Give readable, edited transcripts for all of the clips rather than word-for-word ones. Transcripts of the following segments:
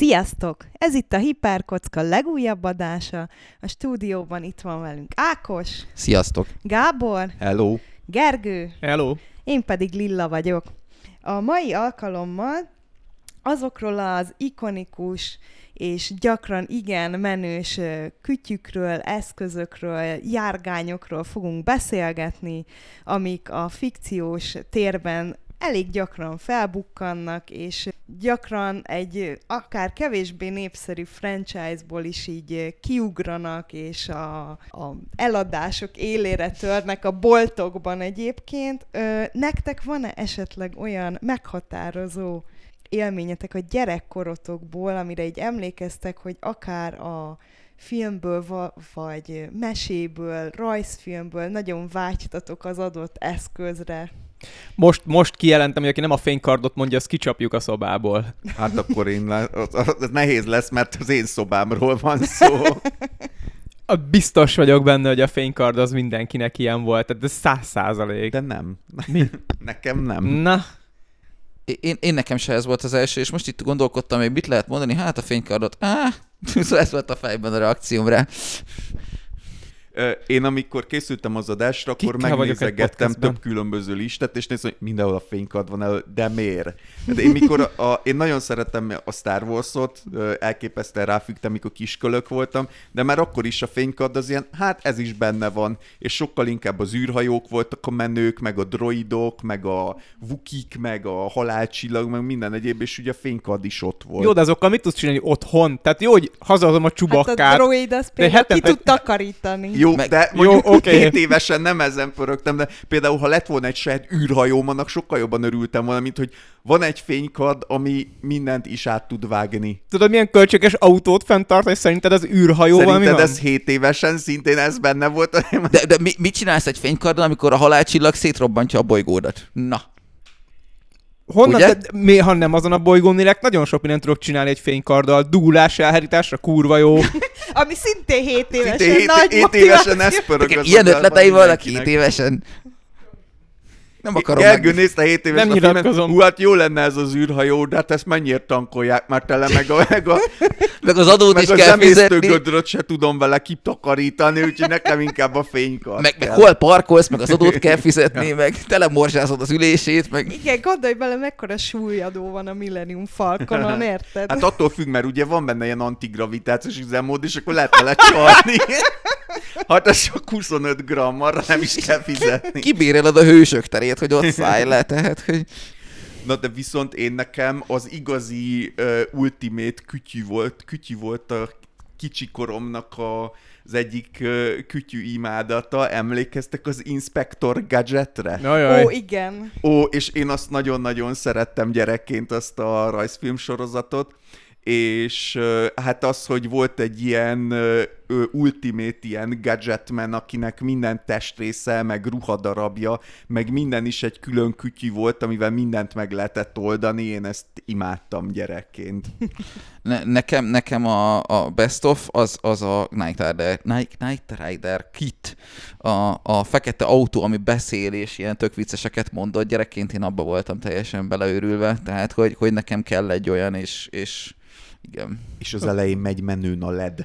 Sziasztok! Ez itt a Hiperkocka legújabb adása. A stúdióban itt van velünk Ákos. Sziasztok! Gábor. Hello! Gergő. Hello! Én pedig Lilla vagyok. A mai alkalommal azokról az ikonikus és gyakran igen menős kütyükről, eszközökről, járgányokról fogunk beszélgetni, amik a fikciós térben elég gyakran felbukkannak, és gyakran egy akár kevésbé népszerű franchise-ból is így kiugranak, és a eladások élére törnek a boltokban egyébként. Nektek van-e esetleg olyan meghatározó élményetek a gyerekkorotokból, amire így emlékeztek, hogy akár a filmből, vagy meséből, rajzfilmből nagyon vágytatok az adott eszközre? Most kijelentem, hogy aki nem a fénykardot mondja, azt kicsapjuk a szobából. Hát akkor ez nehéz lesz, mert az én szobámról van szó. Biztos vagyok benne, hogy a fénykard az mindenkinek ilyen volt, tehát ez 100%. De nem. Mi? Nekem nem. Na? Én nekem se ez volt az első, és most itt gondolkodtam, hogy mit lehet mondani, hát a fénykardot, szóval ez volt a fejben a reakcióm rá. Én amikor készültem az adásra, akkor megnézegettem több különböző listát, és néztem, hogy mindenhol a fénykard van elő, de miért? De én nagyon szeretem a Star Wars-ot, elképesztően ráfügtem, mikor kiskölök voltam, de már akkor is a fénykard az ilyen, hát ez is benne van, és sokkal inkább az űrhajók voltak a menők, meg a droidok, meg a Wookieek, meg a halálcsillag, meg minden egyéb, és ugye a fénykard is ott volt. Jó, de azokkal mit tudsz csinálni otthon? Tehát jó, hogy hazahozom a Csubakkát. Hát a droid az például ki tud takarítani. Jó, de mondjuk 2 évesen nem ezen pörögtem, de például, ha lett volna egy saját űrhajóm, annak sokkal jobban örültem volna, mint hogy van egy fénykard, ami mindent is át tud vágni. Tudod, milyen költséges autót fenntartani, szerinted az űrhajóval mi van? Szerinted ez 7 évesen szintén ez benne volt? De mit csinálsz egy fénykarddal, amikor a halálcsillag szétrobbantja a bolygódat? Na. Honnan? Ha nem azon a bolygón élek, nagyon sok mindent tudok csinálni egy fénykarddal. Dúlás, elhárításra, kurva jó. Ami szintén 7 évesen szintén nagy 7 évesen ez pörög. Ilyen ötletei vannak 7 évesen. Nem akarom Gergő nézte 7 évesen nem nyilatkozom. Hát jó lenne ez az űrhajó, de hát ezt mennyiért tankolják már tele, meg az adót meg is az kell fizetni. emésztőgödröt se tudom vele kitakarítani, úgyhogy nekem inkább a fénykard meg hol parkolsz, meg az adót kell fizetni, meg telemorzsázod az ülését, meg... Igen, gondolj bele, mekkora súlyadó van a Millennium Falconon, érted? Hát attól függ, mert ugye van benne ilyen antigravitációs üzemmód, és akkor lehet vele csalni. Hát ez csak 25 gramm, arra nem is kell fizetni. Kibéreled a hősök terét, hogy ott szállj le, tehát, hogy... Na de viszont én nekem az igazi ultimate kütyű volt a kicsikoromnak az egyik kütyű imádata. Emlékeztek az Inspector Gadgetre? Ó, igen. És én azt nagyon-nagyon szerettem gyerekként, azt a rajzfilm sorozatot. És hát az, hogy volt egy ilyen ultimate ilyen gadgetman, akinek minden testrésze, meg ruhadarabja, meg minden is egy külön kütyű volt, amivel mindent meg lehetett oldani, én ezt imádtam gyerekként. Nekem a best of az a Knight Rider kit, a fekete autó, ami beszél, és ilyen tök vicceseket mondott. Gyerekként én abba voltam teljesen beleőrülve, tehát hogy nekem kell egy olyan, és igen. És az elején megy menőn a LED.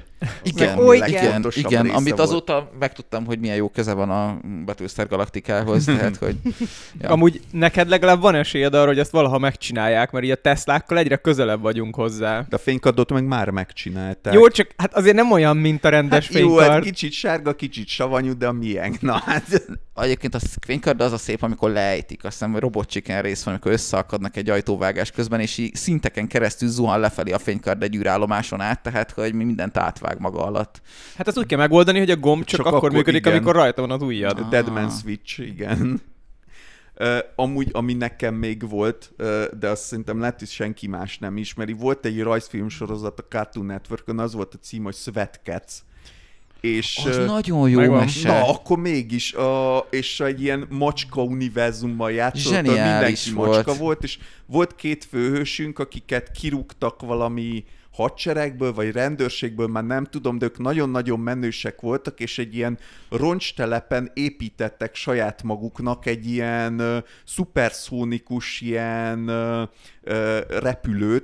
Igen, amit azóta megtudtam, hogy milyen jó keze van a Battlestar Galactikához, tehát hogy... Ja. Amúgy neked legalább van esélyed arra, hogy ezt valaha megcsinálják, mert így a Teslákkal egyre közelebb vagyunk hozzá. De a fénykardot meg már megcsinálták. Jó, csak hát azért nem olyan, mint a rendes fénykard. Jó, hát kicsit sárga, kicsit savanyú, de a miénk. Na hát... Egyébként a fénykard az a szép, amikor leejtik, azt hiszem, hogy Robot Chicken rész van, amikor összeakadnak egy ajtóvágás közben, és így szinteken keresztül zuhan lefelé a fénykard egy űrállomáson át, tehát hogy mindent átvág maga alatt. Hát ezt úgy kell megoldani, hogy a gomb csak akkor működik, igen, amikor rajta van az ujjad. Deadman Switch, igen. Amúgy, ami nekem még volt, de azt szerintem lehet, hogy senki más nem ismeri, volt egy rajzfilm sorozat a Cartoon Networkön, az volt a cím, hogy Sweat Cats. És, az nagyon jó mese. Na, akkor mégis, és egy ilyen macska univerzummal játszott, mindenki macska volt, és volt 2 főhősünk, akiket kirúgtak valami hadseregből, vagy rendőrségből, már nem tudom, de ők nagyon-nagyon menősek voltak, és egy ilyen roncstelepen építettek saját maguknak egy ilyen szuperszónikus ilyen repülőt,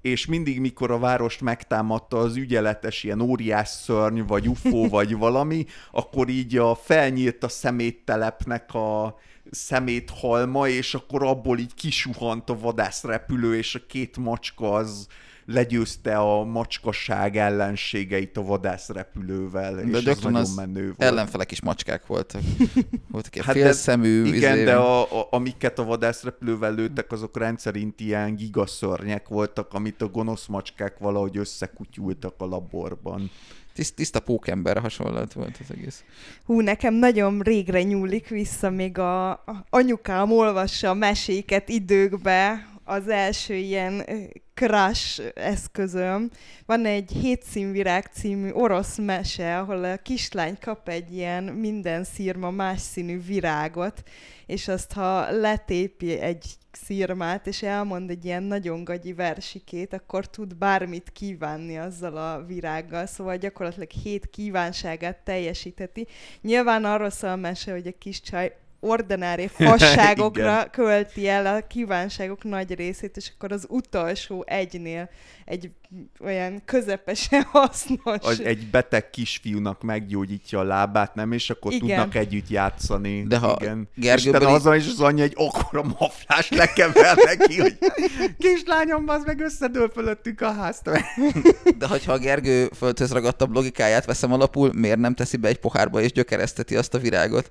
és mindig, mikor a várost megtámadta az ügyeletes ilyen óriás szörny, vagy UFO, vagy valami, akkor így felnyílt a szeméttelepnek a szeméthalma, és akkor abból így kisuhant a vadászrepülő, és a két macska az legyőzte a macskasság ellenségeit a vadászrepülővel, de és ez nagyon menő volt. Ellenfelek is macskák voltak. Voltak ilyen félszemű... Igen, de amiket a vadászrepülővel lőttek, azok rendszerint ilyen gigaszörnyek voltak, amit a gonosz macskák valahogy összekutyultak a laborban. Tiszta pókemberre hasonlott volt az egész. Hú, nekem nagyon régre nyúlik vissza, még a anyukám olvassa a meséket időkbe, az első ilyen crush eszközöm. Van egy Hétszínvirág című orosz mese, ahol a kislány kap egy ilyen minden szirma más színű virágot, és azt, ha letépi egy szirmát, és elmond egy ilyen nagyon gagyi versikét, akkor tud bármit kívánni azzal a virággal, szóval gyakorlatilag 7 kívánságát teljesítheti. Nyilván arról szól a mese, hogy a kis csaj ordinári fasságokra költi el a kívánságok nagy részét, és akkor az utolsó egynél egy olyan közepesen hasznos. Egy beteg kisfiúnak meggyógyítja a lábát, nem? És akkor tudnak együtt játszani. De ha Gergőből... És haza is az anyja egy akkora maflást lekever neki, hogy kislányom, az meg összedől fölöttük a házt. De hogyha a Gergő földhöz ragadtabb logikáját veszem alapul, miért nem teszi be egy pohárba és gyökereszteti azt a virágot?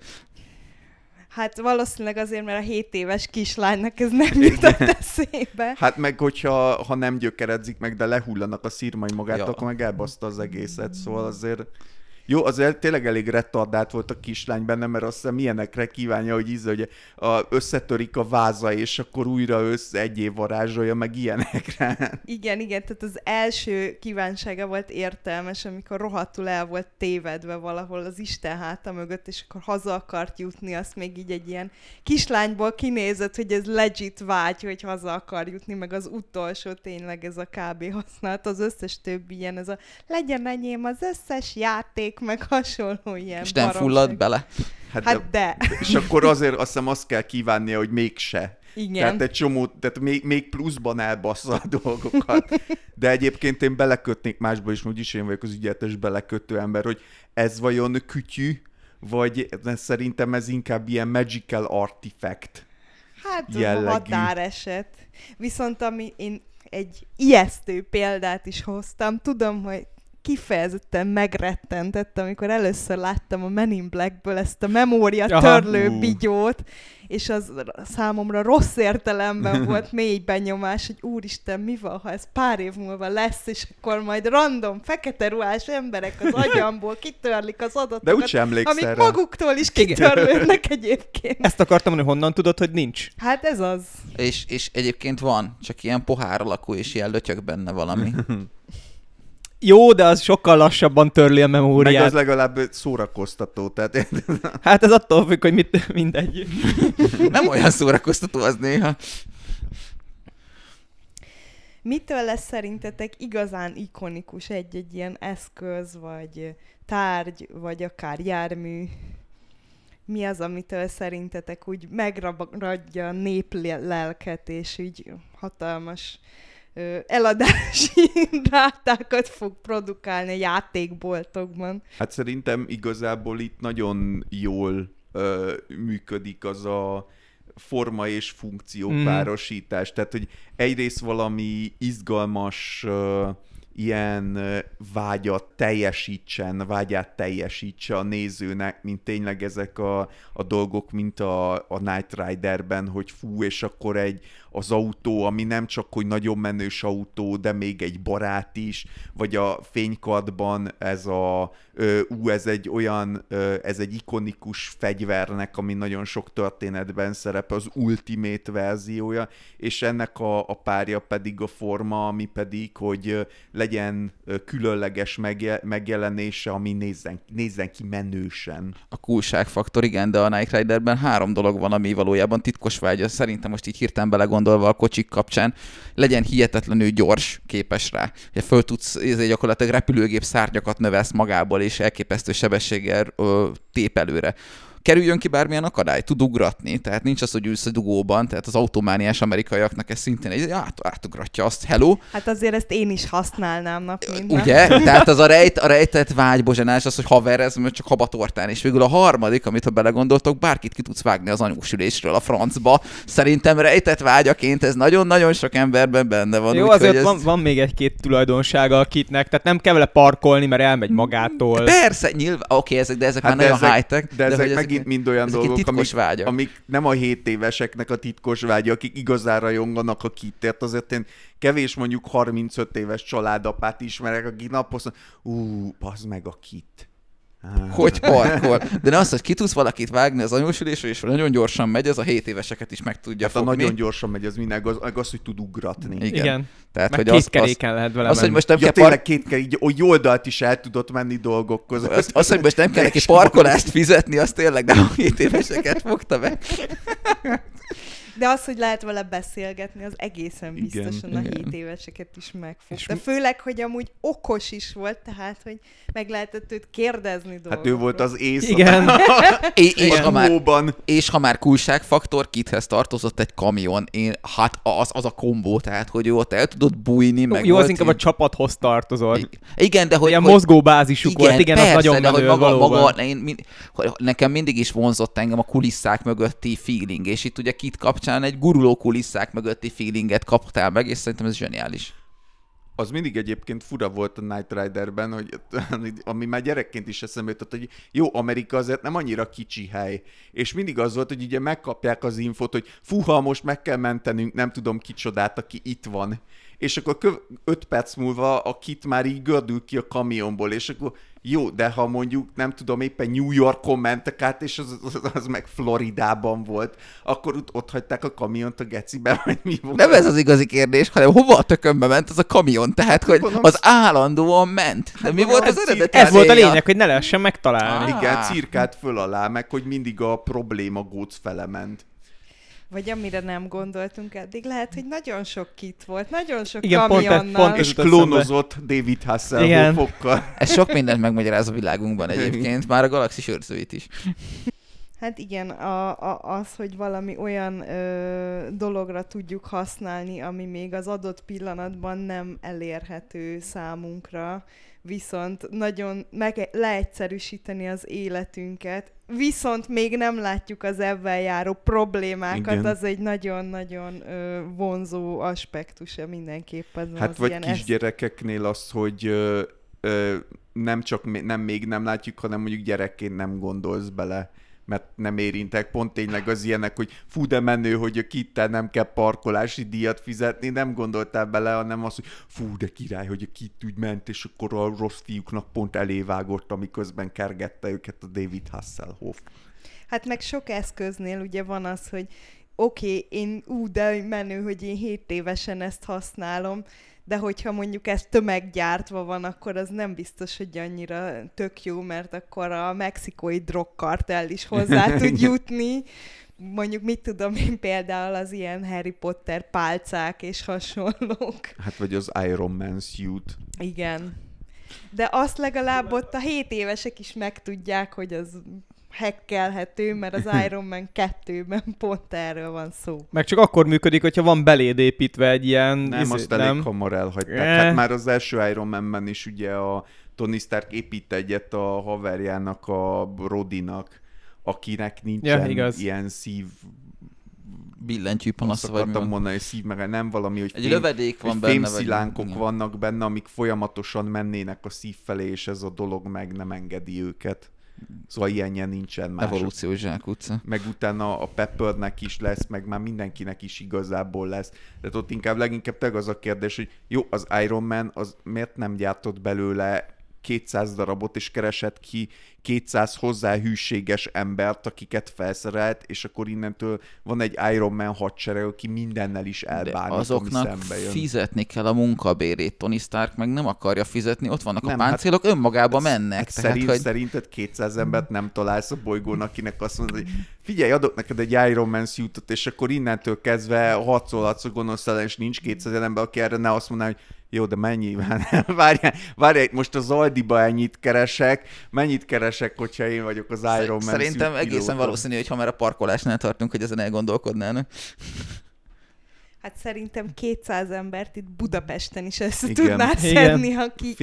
Hát valószínűleg azért, mert a 7 éves kislánynak ez nem jutott eszébe. Hát meg, hogyha nem gyökeredzik meg, de lehullanak a szirmai magától, akkor meg elbaszta az egészet, szóval azért... Jó, azért tényleg elég retardált volt a kislány benne, mert azt hiszem ilyenekre kívánja, hogy összetörik a váza, és akkor újra egyé varázsolja, meg ilyenekre. Igen, tehát az első kívánsága volt értelmes, amikor rohadtul el volt tévedve valahol az Isten háta mögött, és akkor haza akart jutni, azt még így egy ilyen kislányból kinézett, hogy ez legit vágy, hogy haza akar jutni, meg az utolsó tényleg ez a kb. Használat, az összes többi ilyen, ez a legyen enyém az összes játék, meg hasonló ilyen. És nem fullad bele? Hát de. És akkor azért azt hiszem azt kell kívánnia, hogy mégse. Igen. Tehát egy csomó, tehát még pluszban elbassza a dolgokat. De egyébként én belekötnék másba is, úgyis én vagyok az ügyeletes belekötő ember, hogy ez vajon kütyű, vagy szerintem ez inkább ilyen magical artifact hát jellegű. Határeset. Viszont ami én egy ijesztő példát is hoztam, tudom, hogy kifejezetten megrettentett, amikor először láttam a Men in Blackből ezt a memória törlő bigyót, és az számomra rossz értelemben volt mély benyomás, hogy úristen, mi van, ha ez pár év múlva lesz, és akkor majd random, fekete ruhás emberek az agyamból kitörlik az adatokat, amik maguktól is kitörlődnek egyébként. Ezt akartam mondani, honnan tudod, hogy nincs? Hát ez az. És egyébként van, csak ilyen pohár alakú, és ilyen lötyök benne valami. Jó, de az sokkal lassabban törli a memóriát. Meg az legalább szórakoztató. Tehát... Hát ez attól függ, hogy mindegy. Nem olyan szórakoztató az néha. Mitől lesz szerintetek igazán ikonikus egy ilyen eszköz, vagy tárgy, vagy akár jármű? Mi az, amitől szerintetek úgy megragadja a néplelket, és így hatalmas eladási rátákat fog produkálni a játékboltokban? Hát szerintem igazából itt nagyon jól működik az a forma és funkció párosítás. Tehát, hogy egyrészt valami izgalmas ilyen vágyát teljesítse a nézőnek, mint tényleg ezek a dolgok, mint a Knight Riderben, hogy fú, és akkor az autó, ami nem csak, hogy nagyon menős autó, de még egy barát is, vagy a fénykardban ez egy ikonikus fegyvernek, ami nagyon sok történetben szerepel, az Ultimate verziója, és ennek a párja pedig a forma, ami pedig, hogy legyen különleges megjelenése, ami nézzen ki menősen. A coolságfaktor, igen, de a Knight Riderben 3 dolog van, ami valójában titkos vágya. Szerintem most így hirtelen belegondolva a kocsik kapcsán, legyen hihetetlenül gyors, képes rá. Ugye föl tudsz, gyakorlatilag repülőgép szárnyakat növelsz magából, és elképesztő sebességgel tép előre. kerüljön ki bármilyen akadály, tud ugratni, tehát nincs az, hogy ülsz a dugóban, tehát az automániás amerikaiaknak ez szintén egy átugratja azt, hello. Hát azért ezt én is használnám nap mint nap. Ugye? Tehát az a rejtett vágybozsanás, az, hogy haver, ez csak habatortán. És végül a harmadik, amit ha belegondoltok, bárkit ki tudsz vágni az anyósülésről a francba. Szerintem rejtett vágyaként ez nagyon-nagyon sok emberben benne van. Jó, azért van még egy-két tulajdonsága a kitnek, tehát nem kell vele parkolni, mert elmegy magától. Persze, nyilván, oké, ezek már nagyon high-tech. De ezek megint mind olyan dolgok, amik nem a 7 éveseknek a titkos vágya, akik igazán rajonganak a kitért. Azért én kevés mondjuk 35 éves családapát ismerek, aki naposan, bazd meg a kit. Hogy parkol. De ne az, hogy ki tudsz valakit vágni az anyósülésről, és nagyon gyorsan megy, ez a 7 éveseket is meg tudja fogni. Nagyon gyorsan megy, az minden, az, hogy tud ugratni. Igen. Tehát, meg hogy két keréken lehet vele menni. Hogy most nem kell tényleg két kerék, így oldalt is el tudott menni dolgok között. Az, hogy most nem kell neki parkolást fizetni, az tényleg nem a 7 éveseket fogta meg. De az, hogy lehet vele beszélgetni, az egészen biztosan a 7 éveseket is megfogta. Főleg, hogy amúgy okos is volt, tehát, hogy meg lehetett őt kérdezni dolgokról. Hát ő volt az éjszaka. Igen. És ha már kulságfaktor, kithez tartozott egy kamion, hát az a kombó, tehát, hogy ő ott el tudott bújni, meg jó, az inkább a csapathoz tartozott. Igen, de hogy... Ilyen mozgóbázisuk volt, igen, persze, az nagyon menő valóban. Nekem mindig is vonzott engem a kulisszák mögötti feeling, és itt ugye Kit kapcsán egy guruló kulisszák mögötti feelinget kaptál meg, és szerintem ez zseniális. Az mindig egyébként fura volt a Knight Riderben, hogy ami már gyerekként is eszembe jutott, hogy jó, Amerika azért nem annyira kicsi hely. És mindig az volt, hogy ugye megkapják az infót, hogy fúha, most meg kell mentenünk, nem tudom kicsodát, aki itt van. És akkor 5 perc múlva a Kit már így gördül ki a kamionból, és akkor jó, de ha mondjuk, nem tudom, éppen New Yorkon mentek át, és az meg Floridában volt, akkor ott hagyták a kamiont a gecibe, vagy mi volt? Nem ez az igazi kérdés, hanem hova a tökönbe ment az a kamion, tehát, hogy az állandóan ment. De mi volt az eredeti? Ez volt a lényeg, hogy ne lehessen megtalálni. Igen, cirkált föl alá, meg hogy mindig a probléma góc fele ment. Vagy amire nem gondoltunk eddig, lehet, hogy nagyon sok Kit volt, nagyon sok igen, kamionnal. Pont és klónozott David Hasselhoffokkal. Ez sok mindent megmagyaráz a világunkban egyébként, már a galaxis őrzőit is. Hát igen, az, hogy valami olyan dologra tudjuk használni, ami még az adott pillanatban nem elérhető számunkra, viszont nagyon leegyszerűsíteni az életünket, viszont még nem látjuk az ebben járó problémákat, igen. Az egy nagyon-nagyon vonzó aspektusa mindenképpen. Hát vagy kisgyerekeknél az, hogy nem csak nem látjuk, hanem mondjuk gyerekként nem gondolsz bele, mert nem érintek. Pont tényleg az ilyenek, hogy fú, de menő, hogy a Kittel nem kell parkolási díjat fizetni, nem gondoltál bele, hanem az, hogy fú, de király, hogy a Kit úgy ment, és akkor a rossz fiúknak pont elévágott, amiközben kergette őket a David Hasselhoff. Hát meg sok eszköznél ugye van az, hogy oké, de menő, hogy én 7 évesen ezt használom, de hogyha mondjuk ez tömeggyártva van, akkor az nem biztos, hogy annyira tök jó, mert akkor a mexikói drogkartell is hozzá tud jutni. Mondjuk mit tudom én, például az ilyen Harry Potter pálcák és hasonlók. Hát vagy az Iron Man suit. Igen. De azt legalább ott a 7 évesek is megtudják, hogy az hackelhető, mert az Iron Man 2-ben pont erről van szó. Meg csak akkor működik, hogyha van beléd építve egy ilyen... Nem, azt elég hamar elhagyták. Hát már az első Iron Man-ben is ugye a Tony Stark épít egyet a haverjának, a Rodinak, akinek nincsen ilyen szív... billentyű panasz, vagy akartam mondani, hogy szív, meg nem valami, hogy egy lövedék van benne, fémszilánkok vannak benne, amik folyamatosan mennének a szív felé, és ez a dolog meg nem engedi őket. Szóval ilyenjen nincsen más. Evolúciós zsákutca. Meg utána a Peppernek is lesz, meg már mindenkinek is igazából lesz. De ott leginkább tényleg az a kérdés, hogy jó, az Iron Man, az miért nem gyártott belőle 200 darabot, és keresett ki 200 hozzá hűséges embert, akiket felszerelt, és akkor innentől van egy Iron Man hadsereg, aki mindennel is elbánít, azoknak ami szembe jön. fizetni kell a munkabérét. Tony Stark meg nem akarja fizetni, ott vannak nem, a páncélok, önmagába mennek. Tehát, szerinted 200 embert nem találsz a bolygón, akinek azt mondod, hogy figyelj, adok neked egy Iron Man suitot, és akkor innentől kezdve harcolhatsz a gonosz ellen, és nincs 200 ember, aki erre ne azt mondaná, hogy Jó, de mennyi? Várjál, most az Aldiba ennyit keresek. Mennyit keresek, hogyha én vagyok az Iron Man? Szerintem egészen valószínű, hogy ha már a parkolásnál tartunk, hogy ezen elgondolkodnának. Hát szerintem 200 embert itt Budapesten is össze tudnád szedni, aki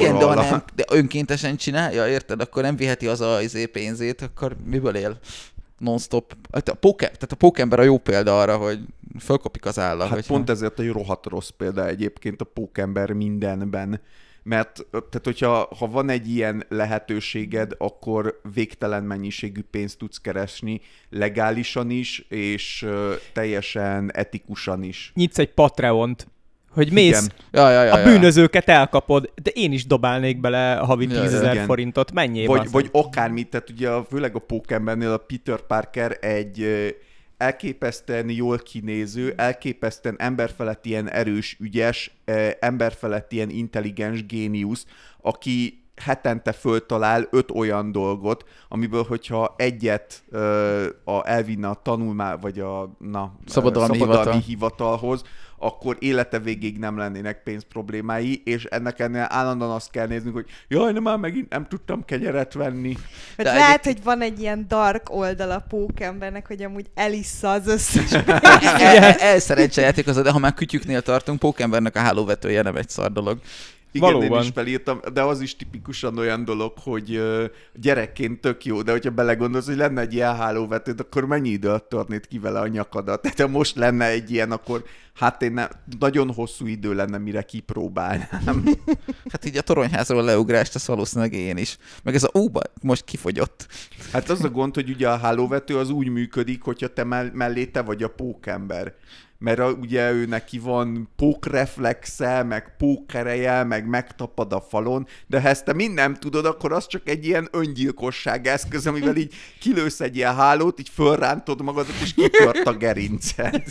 de önkéntesen csinálja, érted? Akkor nem viheti az a pénzét, akkor miből él? Non-stop. Tehát a Pókember a jó példa arra, hogy fölkopik az álla. Hát pont ezért egy rohadt rossz példa egyébként a Pókember mindenben. Mert tehát, hogyha van egy ilyen lehetőséged, akkor végtelen mennyiségű pénzt tudsz keresni, legálisan is, és teljesen etikusan is. Nyitsz egy Patreont, hogy mész, a bűnözőket elkapod, de én is dobálnék bele a havi 10 000 forintot, menjél. Vagy akármit, tehát ugye főleg a Pókembernél a Peter Parker egy elképesztően jól kinéző, elképesztően emberfelett ilyen erős, ügyes, emberfelett ilyen intelligens géniusz, aki hetente föltalál 5 olyan dolgot, amiből, hogyha egyet elvinne a tanulmány, vagy a szabadalmi hivatalhoz, akkor élete végéig nem lennének pénzproblémái, és ennél állandóan azt kell néznünk, hogy jaj, nem, már megint nem tudtam kenyeret venni. Lehet, hogy van egy ilyen dark oldala Pókembernek, hogy amúgy elissza az összes elszerencsejátékozod, de ha már kütyüknél tartunk, Pókembernek a hálóvetője nem egy szar dolog. Igen, valóban. Én is felírtam, de az is tipikusan olyan dolog, hogy gyerekként tök jó, de hogyha belegondolsz, hogy lenne egy ilyen hálóvetőd, akkor mennyi idő alatt törnéd ki vele a nyakadat? Tehát ha most lenne egy ilyen, akkor hát én nagyon hosszú idő lenne, mire kipróbálnám. Hát így a toronyházról leugrást, az valószínűleg én is. Meg ez most kifogyott. Hát az a gond, hogy ugye a hálóvető az úgy működik, hogyha te mellé te vagy a Pókember. Mert ugye ő neki van pókreflexe, meg pókereje, meg megtapad a falon, de ha ezt te mind nem tudod, akkor az csak egy ilyen öngyilkosság eszköz, amivel így kilősz egy ilyen hálót, így fölrántod magadat, és kitört a gerinced.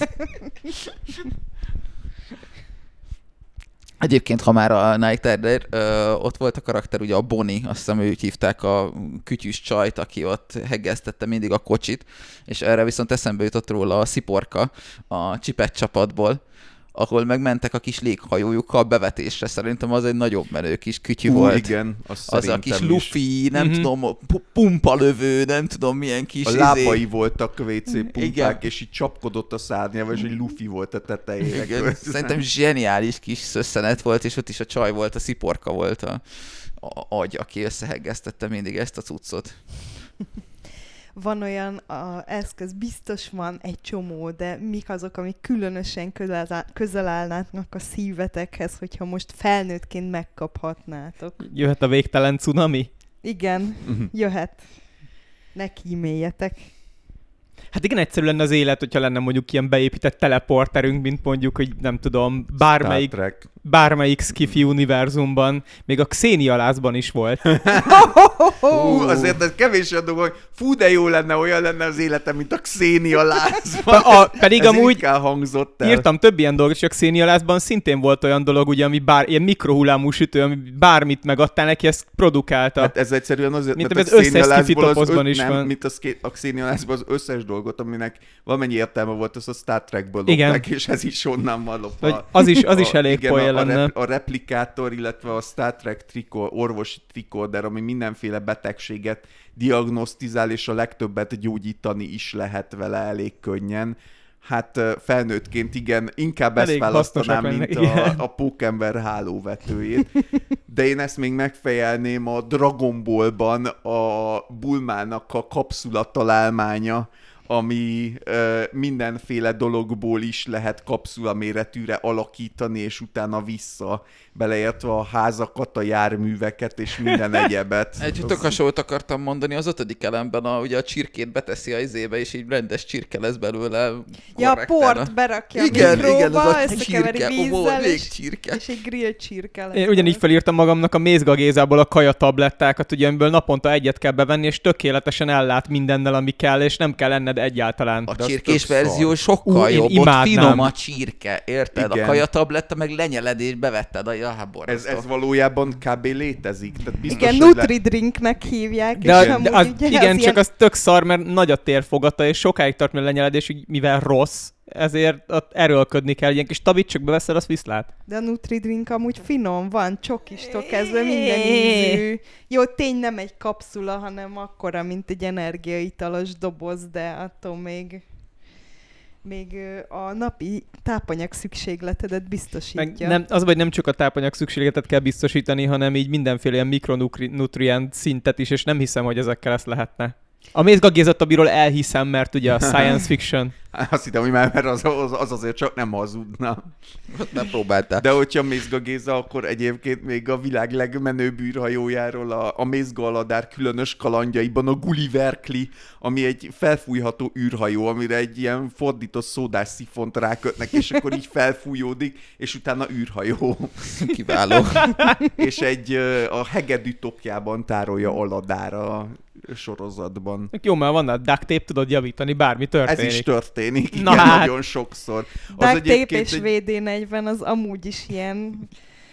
Egyébként, ha már a Night Rider, ott volt a karakter, ugye a Bonnie, azt hiszem őt hívták, a kütyűs csajt, aki ott heggeztette mindig a kocsit, és erre viszont eszembe jutott róla a Sziporka a Csipet csapatból, ahol megmentek a kis léghajójukkal bevetésre. Szerintem az egy nagyobb menő kis kütyű volt. Igen, az a kis Luffy, nem tudom, pumpalövő, nem tudom milyen kis... A lábai voltak WC pumpák, és így csapkodott a szárnyával, és egy Luffy volt a tetejére. Szerintem zseniális kis szösszenet volt, és ott is a csaj volt, a Sziporka volt a agy, aki összeheggeztette mindig ezt a cuccot. Van olyan eszköz, biztos van egy csomó, de mik azok, amik különösen közel állnának a szívetekhez, hogyha most felnőttként megkaphatnátok? Jöhet a végtelen cunami? Igen, jöhet. Ne kíméljetek. Hát igen, egyszerű lenne az élet, hogyha lenne mondjuk ilyen beépített teleporterünk, mint mondjuk, hogy nem tudom, bármelyik Skiffy univerzumban, még a Xenialászban is volt. Azért ez kevés olyan dolog, hogy fú, de jó lenne, olyan lenne az életem, mint a Xenialászban. Pedig amúgy írtam több ilyen dolgot, és a Xenialászban szintén volt olyan dolog, ugye, ami ilyen mikrohullámú sütő, ami bármit megadtál neki, ezt produkálta. Hát ez egyszerűen azért, mint mert az összes Skiffy topozban is van. Mint a Xenialászban az összes dolgot, aminek valamennyi értelme volt, az a Star Trekből lopták, és ez is onnan van lopva. Az is elég poén lenne. A replikátor, illetve a Star Trek orvosi trikorder, ami mindenféle betegséget diagnosztizál, és a legtöbbet gyógyítani is lehet vele elég könnyen. Hát felnőttként igen, inkább elég ezt választanám, mint a Pókember hálóvetőjét. De én ezt még megfejelném a Dragon Ballban a Bulmának a kapszula találmánya, ami mindenféle dologból is lehet kapszula méretűre alakítani, és utána vissza, beleértve a házakat, a járműveket, és minden egyebet. Egy tök hasonlót akartam mondani, az 5. elemben ugye a csirkét beteszi a izébe, és így rendes csirke lesz belőle. Ja, a port berakja igen, a mikróba, összekeveri vízzel, és egy grill csirke lesz. Én ugyanígy felírtam magamnak a Mézga Gézából a kajatablettákat, ugye, amiből naponta egyet kell bevenni, és tökéletesen ellát mindennel, ami kell, és nem kell enned egyáltalán. A csirkés verzió sokkal jobb, ott finom a csirke, érted? Igen. A kajatabletta meg lenyeled és bevetted ez valójában kb. Létezik. Tehát biztos, igen, Nutri-drinknek hívják. Igen, csak az tök szar, mert nagy a térfogata, és sokáig tart, mert lenyeled, és mivel rossz, ezért ott erőlködni kell. Ilyen kis tabit beveszel, azt viszlát. De a Nutri-Drink amúgy finom, van csokistól kezdve minden ízű. Jó, tény nem egy kapszula, hanem akkora, mint egy energiaitalos doboz, de attól még a napi tápanyag szükségletedet biztosítja. Nem, az vagy nem csak a tápanyag szükségletet kell biztosítani, hanem így mindenféle ilyen mikronutrient szintet is, és nem hiszem, hogy ezekkel ezt lehetne. A mézgagézat, amiről elhiszem, mert ugye a science fiction. Azt hittem, hogy már az azért csak nem hazudna. Ott nem próbáltál. De hogyha Mézga Géza, akkor egyébként még a világ legmenőbb űrhajójáról, a Mézga Aladár különös kalandjaiban a Gulliver Kli, ami egy felfújható űrhajó, amire egy ilyen fordított szódás szifont rákötnek, és akkor így felfújódik, és utána űrhajó. Kiváló. És a hegedű tokjában tárolja Aladár a sorozatban. Jó, mert van a duct tape, tudod javítani, bármi történik. Ez is történik, Na igen, hát. nagyon sokszor. Duct tape és VD40 az amúgy is ilyen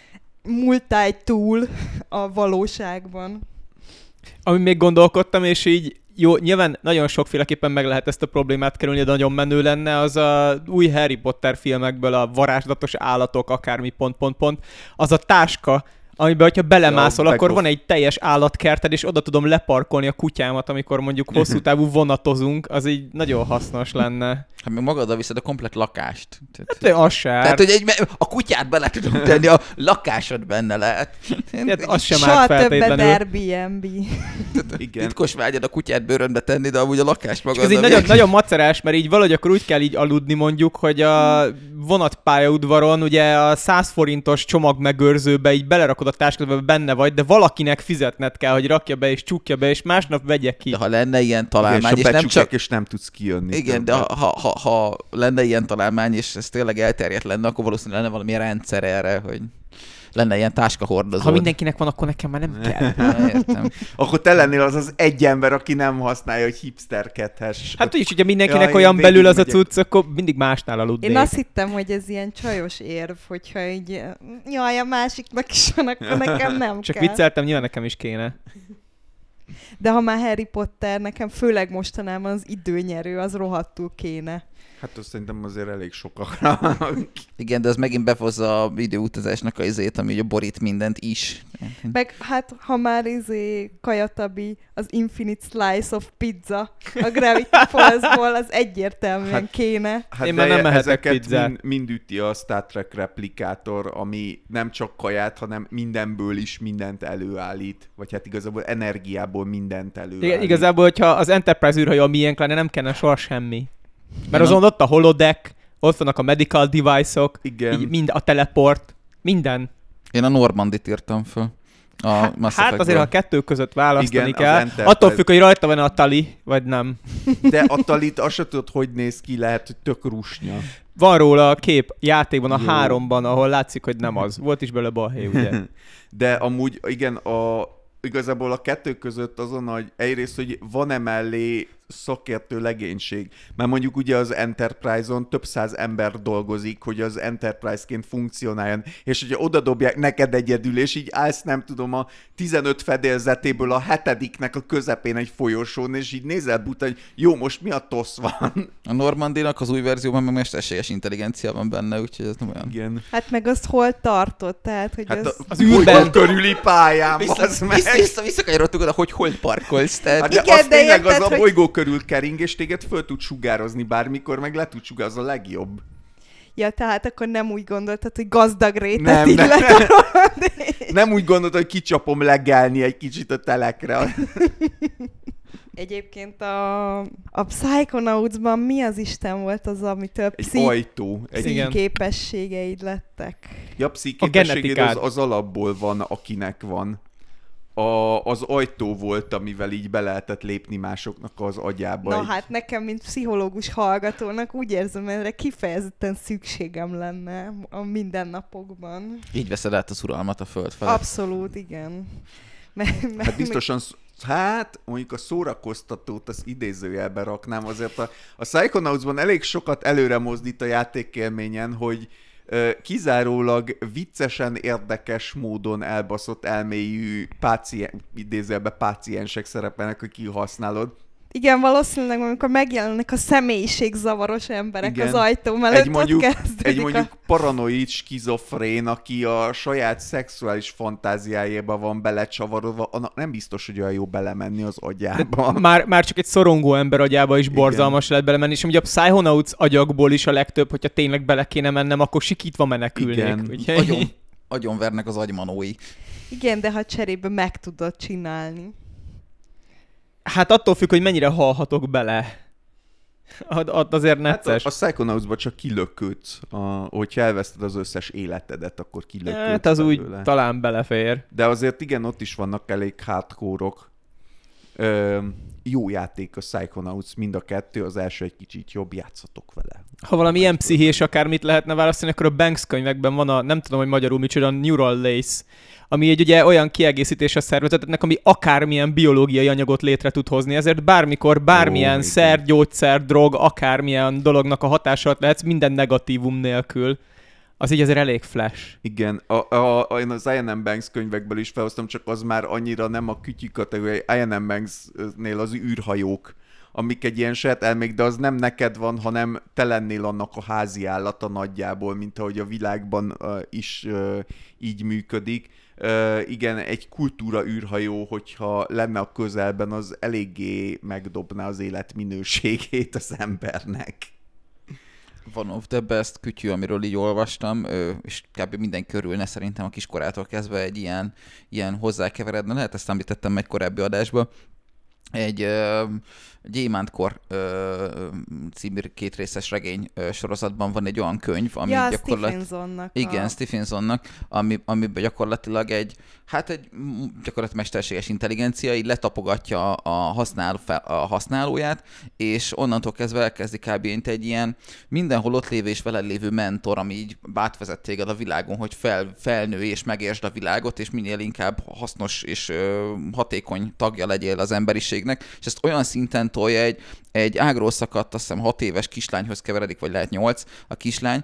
multi-tool a valóságban. Ami még gondolkodtam, és így jó, nyilván nagyon sokféleképpen meg lehet ezt a problémát kerülni, de nagyon menő lenne, az a új Harry Potter filmekből a varázslatos állatok, akármi ... az a táska, amiben, hogyha belemászol, akkor van egy teljes állatkerted, és oda tudom leparkolni a kutyámat, amikor mondjuk hosszú távú vonatozunk, az így nagyon hasznos lenne. Hát még magaddal viszed a komplet lakást. Hát az se árt. Tehát, hogy a kutyát bele tudom tenni, a lakásod benne lehet. Hát az sem Soha árt többet feltétlenül. Airbnb. Igen. Titkos vágyad a kutyát bőrönbe tenni, de amúgy a lakást magaddal. Ez így nagyon, nagyon macerás, mert így valahogy akkor úgy kell így aludni mondjuk, hogy a vonatpályaudvaron ugye a 100 forintos csomagmegőrzőbe így belerakod a táskádba, benne vagy, de valakinek fizetned kell, hogy rakja be és csukja be, és másnap vegye ki. De ha lenne ilyen találmány, és nem csak... és nem tudsz kijönni. Igen, de ha lenne ilyen találmány, és ez tényleg elterjedt lenne, akkor valószínűleg lenne valami rendszer erre, hogy lenne ilyen táskahordozó. Ha mindenkinek van, akkor nekem már nem kell. Értem. Akkor te lennél az egy ember, aki nem használja, hogy hipsterkedhess. Hát úgyis, hogyha mindenkinek Ja, olyan én belül az a végig cucc, akkor mindig másnál aludnék. Én azt hittem, hogy ez ilyen csajos érv, hogyha így, jaj, a másiknak is van, akkor nekem nem Csak kell. vicceltem, nyilván nekem is kéne. De ha már Harry Potter, nekem főleg mostanában az időnyerő, az rohadtul kéne. Hát azt szerintem azért elég sokakra. Igen, de ez megint befozza a időutazásnak a izét, ami ugye borít mindent is. Meg hát, ha már Kajatabi, az Infinite Slice of Pizza a Gravity Falls-ból, az egyértelműen kéne. Hát én már nem mehetek ezeket pizzát. mind üti a Star Trek replikátor, ami nem csak kaját, hanem mindenből is mindent előállít. Vagy hát igazából energiából mindent előállít. Igen, igazából, hogyha az Enterprise űrhajó a miénk lenne, nem kellene soha semmi. Mert azon ott a holodeck, ott vannak a medical device-ok, így mind a teleport, minden. Én a Normandit írtam föl. Hát azért, ha a kettő között választani Igen, kell, attól függ, hogy rajta van a tali, vagy nem. De a talit azt se tudod, hogy néz ki, lehet, hogy tök rusnya. Van róla a kép játékban, a 3-ban, ahol látszik, hogy nem az. Volt is belőle balhé, ugye? De amúgy, igen, igazából a kettő között azon, hogy egyrészt, hogy van emellé szakértő legénység. Mert mondjuk ugye az Enterprise-on több száz ember dolgozik, hogy az Enterprise-ként funkcionáljon, és hogyha oda dobják neked egyedül, és így állsz, nem tudom, a 15 fedélzetéből a 7-nek a közepén egy folyosón, és így nézel buta, hogy jó, most mi a tosz van? A Normandinak az új verzióban meg mesterséges intelligencia van benne, úgyhogy ez nem olyan. Igen. Hát meg azt hol tartott, tehát hogy Hát az űrben körüli pályán, az meg. Visszakanyarodtuk oda, hogy hol parkolsz, tehát... Hát de igen, az de tényleg érted, az a hogy- bolygó körül kering, és téged föl tud sugározni bármikor, meg le tud sugározni, az a legjobb. Ja, tehát akkor nem úgy gondoltad, hogy gazdag rétet Nem, nem. illet. Nem úgy gondolod, hogy kicsapom legelni egy kicsit a telekre. Egyébként a Psychonauts-ban mi az Isten volt az, amitől Egy ajtó. Igen. képességeid lettek? Ja, pszichikességed genetikád. az alapból van, akinek van. Az ajtó volt, amivel így be lehetett lépni másoknak az agyába. Na hát nekem, mint pszichológus hallgatónak úgy érzem, erre kifejezetten szükségem lenne a mindennapokban. Így veszed át az uralmat a föld felett. Abszolút, igen. Hát biztosan, hát mondjuk a szórakoztatót az idézőjelbe raknám, azért a Psychonautsban elég sokat előre mozdít a játékélményen, hogy kizárólag viccesen érdekes módon elbaszott elmélyű idézőjelbe páciensek szerepelnek, hogy kihasználod. Igen, valószínűleg, amikor megjelennek a személyiségzavaros emberek Igen. az ajtó mellett, mondjuk, ott kezdődik egy mondjuk paranoid, skizofrén, aki a saját szexuális fantáziájába van belecsavarolva, annak nem biztos, hogy olyan jó belemenni az agyába. Már csak egy szorongó ember agyába is borzalmas lehet belemenni, és ugye a Psychonauts agyakból is a legtöbb, hogyha tényleg bele kéne mennem, akkor sikítva menekülnék. Igen. Agyonvernek az agymanói. Igen, de ha cserébe meg tudod csinálni. Hát attól függ, hogy mennyire halhatok bele. Azért necces. Hát a Psychonauts-ban csak kilöködsz. Hogyha elveszted az összes életedet, akkor kilöködsz. Hát az úgy talán belefér. De azért igen, ott is vannak elég hardcore-ok. Jó játék a Psychonauts, mind a kettő, az első egy kicsit jobb, játszatok vele. Ha valami ilyen pszichés akármit lehetne választani, akkor a Banks könyvekben van nem tudom, hogy magyarul micsoda, Neural Lace, ami egy ugye olyan kiegészítés a szervezetnek, ami akármilyen biológiai anyagot létre tud hozni, ezért bármikor, bármilyen szer, gyógyszer, drog, akármilyen dolognak a hatása lehetsz, minden negatívum nélkül. Az így azért elég flash. Igen, én az I.N.M. Banks könyvekből is felhoztam, csak az már annyira nem a kütyű kategória. I.N.M. Banksnél az űrhajók, amik egy ilyen saját elmék, de az nem neked van, hanem te lennél annak a házi állata nagyjából, mint ahogy a világban is így működik. Igen, egy kultúra űrhajó, hogyha lenne a közelben, az eléggé megdobná az életminőségét az embernek. One of the best kütyű, amiről így olvastam, és kb. Minden körülne szerintem a kiskorától kezdve egy ilyen hozzákeveredne. Lehet, ezt említettem egy korábbi adásban. Egy Gyémántkor című 2 részes regény sorozatban van egy olyan könyv, ami Stephensonnak. Igen, Stephensonnak, amiben gyakorlatilag gyakorlatilag mesterséges intelligencia így letapogatja a használóját, és onnantól kezdve elkezdi kb. Egy ilyen mindenhol ott lévő és veled lévő mentor, ami így átvezet téged a világon, hogy felnőj és megértsd a világot, és minél inkább hasznos és hatékony tagja legyél az emberiségnek, és ezt olyan szinten tolja egy ágról szakadt, azt hiszem 6 éves kislányhoz keveredik, vagy lehet 8 a kislány,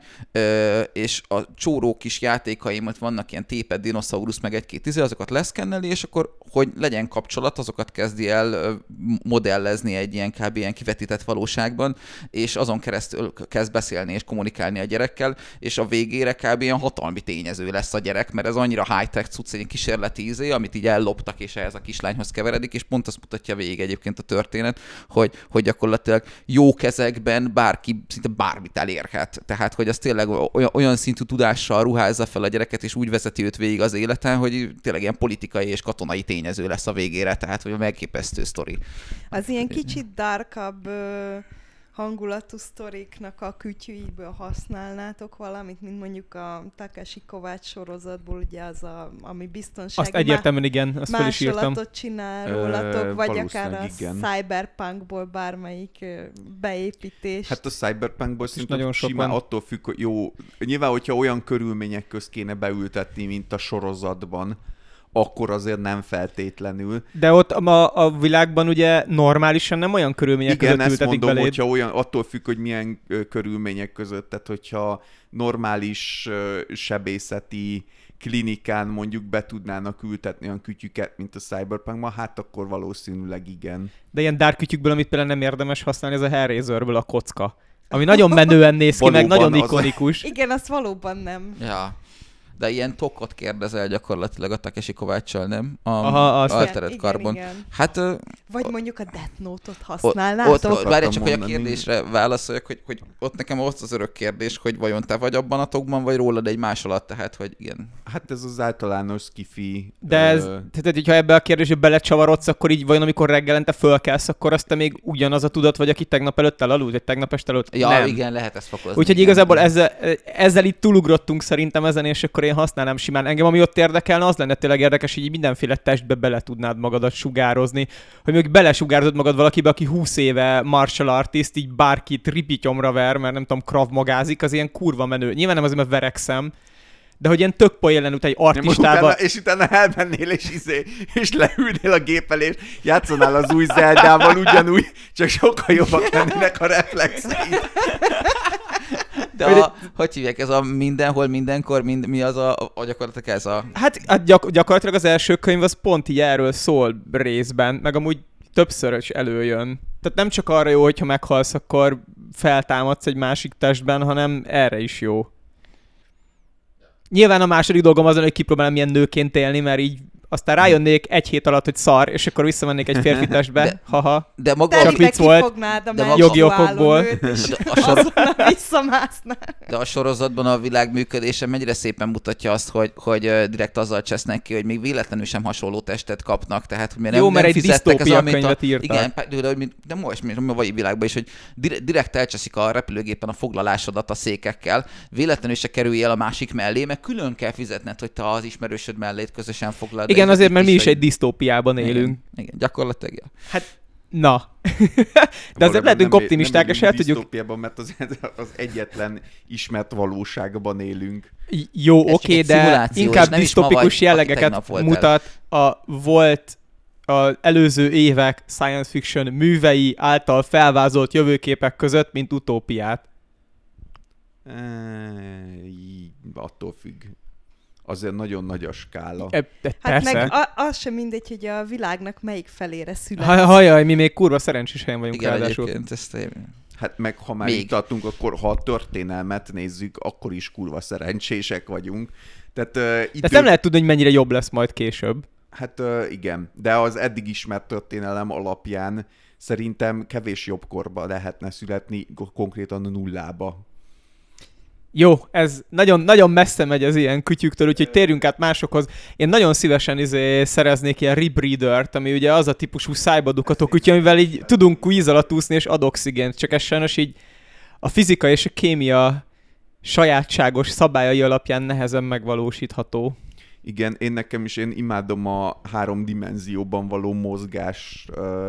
és a csóró kis játékaimat vannak ilyen tépet, dinoszaurusz, meg egy-két azokat leszkenneli, és akkor, hogy legyen kapcsolat, azokat kezdi el modellezni egy ilyen kb. Ilyen kivetített valóságban, és azon keresztül kezd beszélni és kommunikálni a gyerekkel, és a végére kb. Ilyen hatalmi tényező lesz a gyerek, mert ez annyira high-tech cucc, egy kísérleti amit így elloptak, és ehhez a kislányhoz keveredik, és pont azt mutatja végig egyébként a történet, hogy gyakorlatilag jó kezekben bárki szinte bármit elérhet. Tehát, hogy az tényleg olyan szintű tudással ruházza fel a gyereket, és úgy vezeti őt végig az életen, hogy tényleg ilyen politikai és katonai tényező lesz a végére, tehát hogy a megképesztő sztori. Az ilyen kicsit darkabb hangulatú sztoriknak a kütyűiből használnátok valamit, mint mondjuk a Takeshi Kovács sorozatból, ugye az, ami biztonsági azt egyértelműen igen, azt fel is írtam. Másolatot csinál rólatok, vagy akár a Cyberpunkból bármelyik beépítés. Hát a Cyberpunkból szerintem simán attól függ, hogy jó, nyilván, hogyha olyan körülmények közt kéne beültetni, mint a sorozatban, akkor azért nem feltétlenül. De ott a világban ugye normálisan nem olyan körülmények között ültetik beléd. Igen, ezt mondom, hogyha olyan, attól függ, hogy milyen körülmények között, tehát hogyha normális sebészeti klinikán mondjuk be tudnának ültetni olyan kütyüket, mint a Cyberpunkban, hát akkor valószínűleg igen. De ilyen dark kütyükből, amit például nem érdemes használni, ez a Hellraiserből a kocka. Ami nagyon menően néz ki, meg nagyon ikonikus. Igen, azt valóban nem. Ja. De ilyen tokot kérdezel gyakorlatilag a Takeshi Kováccsal, nem? Altered Carbon. Igen. Hát, vagy mondjuk a Death Note-ot használnátok? Várj csak, hogy a kérdésre válaszoljak, hogy ott nekem az örök kérdés, hogy vajon te vagy abban a tokban, vagy rólad egy másolat, tehát, hogy igen. Hát ez az általános skifi. De tehát, hogyha ebbe a kérdésbe belecsavarodsz, akkor így vajon amikor reggelente fölkelsz, akkor azt te még ugyanaz a tudat vagy, aki tegnap előtt elaludt, vagy tegnap este előtt? Ja, nem. Igen, lehet ezt fokozni. Úgyhogy igazából ezzel itt túlugrottunk szerintem ezen, és akkor én használnám simán. Engem, ami ott érdekelne, az lenne tényleg érdekes, hogy így mindenféle testbe bele tudnád magadat sugározni, hogy még belesugározod magad valakibe, aki 20 éve martial artist, így bárkit ripityomra ver, mert nem tudom, Krav Magázik, az ilyen kurva menő. Nyilván nem azért, mert verekszem, de hogy ilyen tök poén lenne egy artistába... És utána elmennél, és leülnél a gép elé, és játszanál az új Zeldával ugyanúgy, csak sokkal jobbak lennének a reflexeid. De hogy hívják, ez a mindenhol, mindenkor, mi az gyakorlatilag ez a... Hát gyakorlatilag az első könyv az pont így erről szól részben, meg amúgy többször is előjön. Tehát nem csak arra jó, hogyha meghalsz, akkor feltámadsz egy másik testben, hanem erre is jó. Nyilván a második dolgom azon, hogy kipróbálom ilyen nőként élni, mert így aztán rájönnék egy hét alatt, hogy szar, és akkor visszamennék egy férfi testbe. Haha. De maga csak vicc volt, jogi okokból. De a sorozatban a világ működése mennyire szépen mutatja azt, hogy direkt azzal csesznek ki, hogy még véletlenül sem hasonló testet kapnak. Tehát, hogy jó, mert egy disztópia könyvet írtak. Igen, de most a mai világban is, hogy direkt elcseszik a repülőgépen a foglalásodat a székekkel, véletlenül se kerülj el a másik mellé, mert külön kell fizetned, hogy te az ismerősöd mellét közösen foglald. Igen, azért, mert mi is egy disztópiában élünk. Igen, gyakorlatilag. Ja. Hát, na. De azért lehetünk optimisták, és el tudjuk... Disztópiában, mert az egyetlen ismert valóságban élünk. Jó, oké, de inkább disztópikus jellegeket mutat az előző évek science fiction művei által felvázolt jövőképek között, mint utópiát. Attól függ. Azért nagyon nagy a skála. Hát meg az sem mindegy, hogy a világnak melyik felére születsz. Hajjaj, mi még kurva szerencsés helyen vagyunk. Igen, egyébként ezt hát meg ha már itt tartunk, akkor ha a történelmet nézzük, akkor is kurva szerencsések vagyunk. Tehát nem lehet tudni, hogy mennyire jobb lesz majd később. Hát igen, de az eddig ismert történelem alapján szerintem kevés jobb korba lehetne születni, konkrétan a nullába. Jó, ez nagyon, nagyon messze megy az ilyen kütyüktől, úgyhogy térjünk át másokhoz. Én nagyon szívesen szereznék ilyen rebreather-t, ami ugye az a típusú szájbadukatok kutya, amivel így tudunk víz alatt úszni és ad oxigént, csak ez sajnos így a fizika és a kémia sajátságos szabályai alapján nehezen megvalósítható. Igen, én imádom a 3 dimenzióban való mozgás,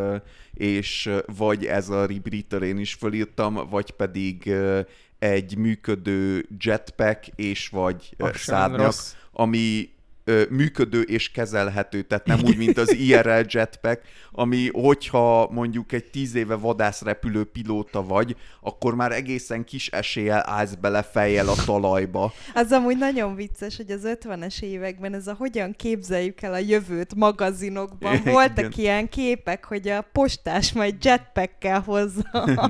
és vagy ez a rebreather én is fölírtam, vagy pedig egy működő jetpack és vagy szárnyak, ami működő és kezelhető, tehát nem úgy, mint az IRL jetpack, ami hogyha mondjuk egy 10 éve vadászrepülő pilóta vagy, akkor már egészen kis eséllyel állsz bele fejjel a talajba. Az amúgy nagyon vicces, hogy az 50-es években ez a hogyan képzeljük el a jövőt magazinokban. Voltak ilyen képek, hogy a postás majd jetpackkel hozza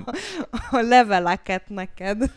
a leveleket neked.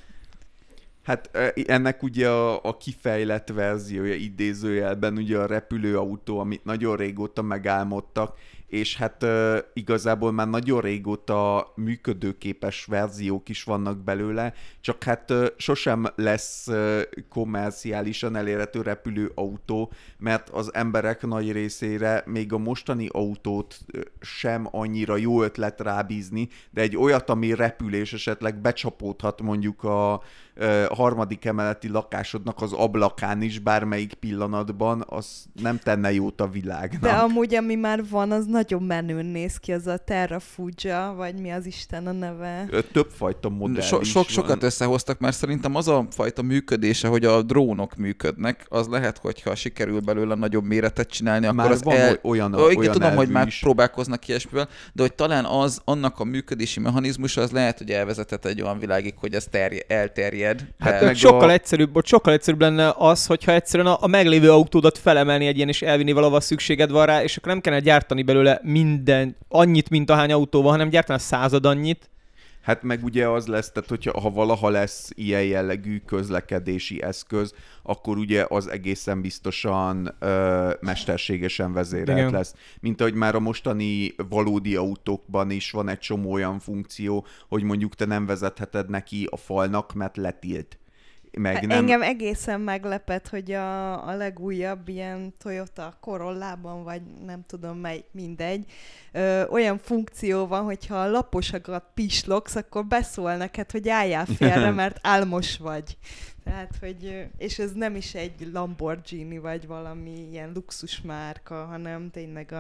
Hát ennek ugye a kifejlett verziója idézőjelben ugye a repülőautó, amit nagyon régóta megálmodtak, és hát igazából már nagyon régóta működőképes verziók is vannak belőle, csak hát sosem lesz kommerciálisan elérhető repülőautó, mert az emberek nagy részére még a mostani autót sem annyira jó ötlet rábízni, de egy olyat, ami repül és esetleg becsapódhat mondjuk a harmadik emeleti lakásodnak az ablakán is bármelyik pillanatban, az nem tenne jót a világnak. De amúgy, ami már van, az nagyon menőn néz ki, az a Terrafugia, vagy mi az Isten a neve? Többfajta modell is van. Sokat összehoztak, mert szerintem az a fajta működése, hogy a drónok működnek, az lehet, hogyha sikerül belőle nagyobb méretet csinálni, akkor már az van olyan tudom, hogy már is próbálkoznak ilyesmivel, de hogy talán annak a működési mechanizmusa az lehet, hogy elvezetett egy olyan világig, hogy ez elterjed. Hát sokkal egyszerűbb lenne az, hogyha egyszerűen a meglévő autódat felemelni egy ilyen és elvinni valahova szükséged van rá, és akkor nem kellene gyártani belőle annyit, mint ahány autó van, hanem gyártani 100 annyit. Hát meg ugye az lesz, tehát hogyha ha valaha lesz ilyen jellegű közlekedési eszköz, akkor ugye az egészen biztosan mesterségesen vezérelt lesz. Mint ahogy már a mostani valódi autókban is van egy csomó olyan funkció, hogy mondjuk te nem vezetheted neki a falnak, mert letilt. Engem egészen meglepett, hogy a legújabb ilyen Toyota Corollában, vagy nem tudom melyik, mindegy, olyan funkció van, hogyha a laposakat pislogsz, akkor beszól neked, hogy álljál félre, mert álmos vagy. Tehát, hogy, és ez nem is egy Lamborghini, vagy valami ilyen luxusmárka, hanem tényleg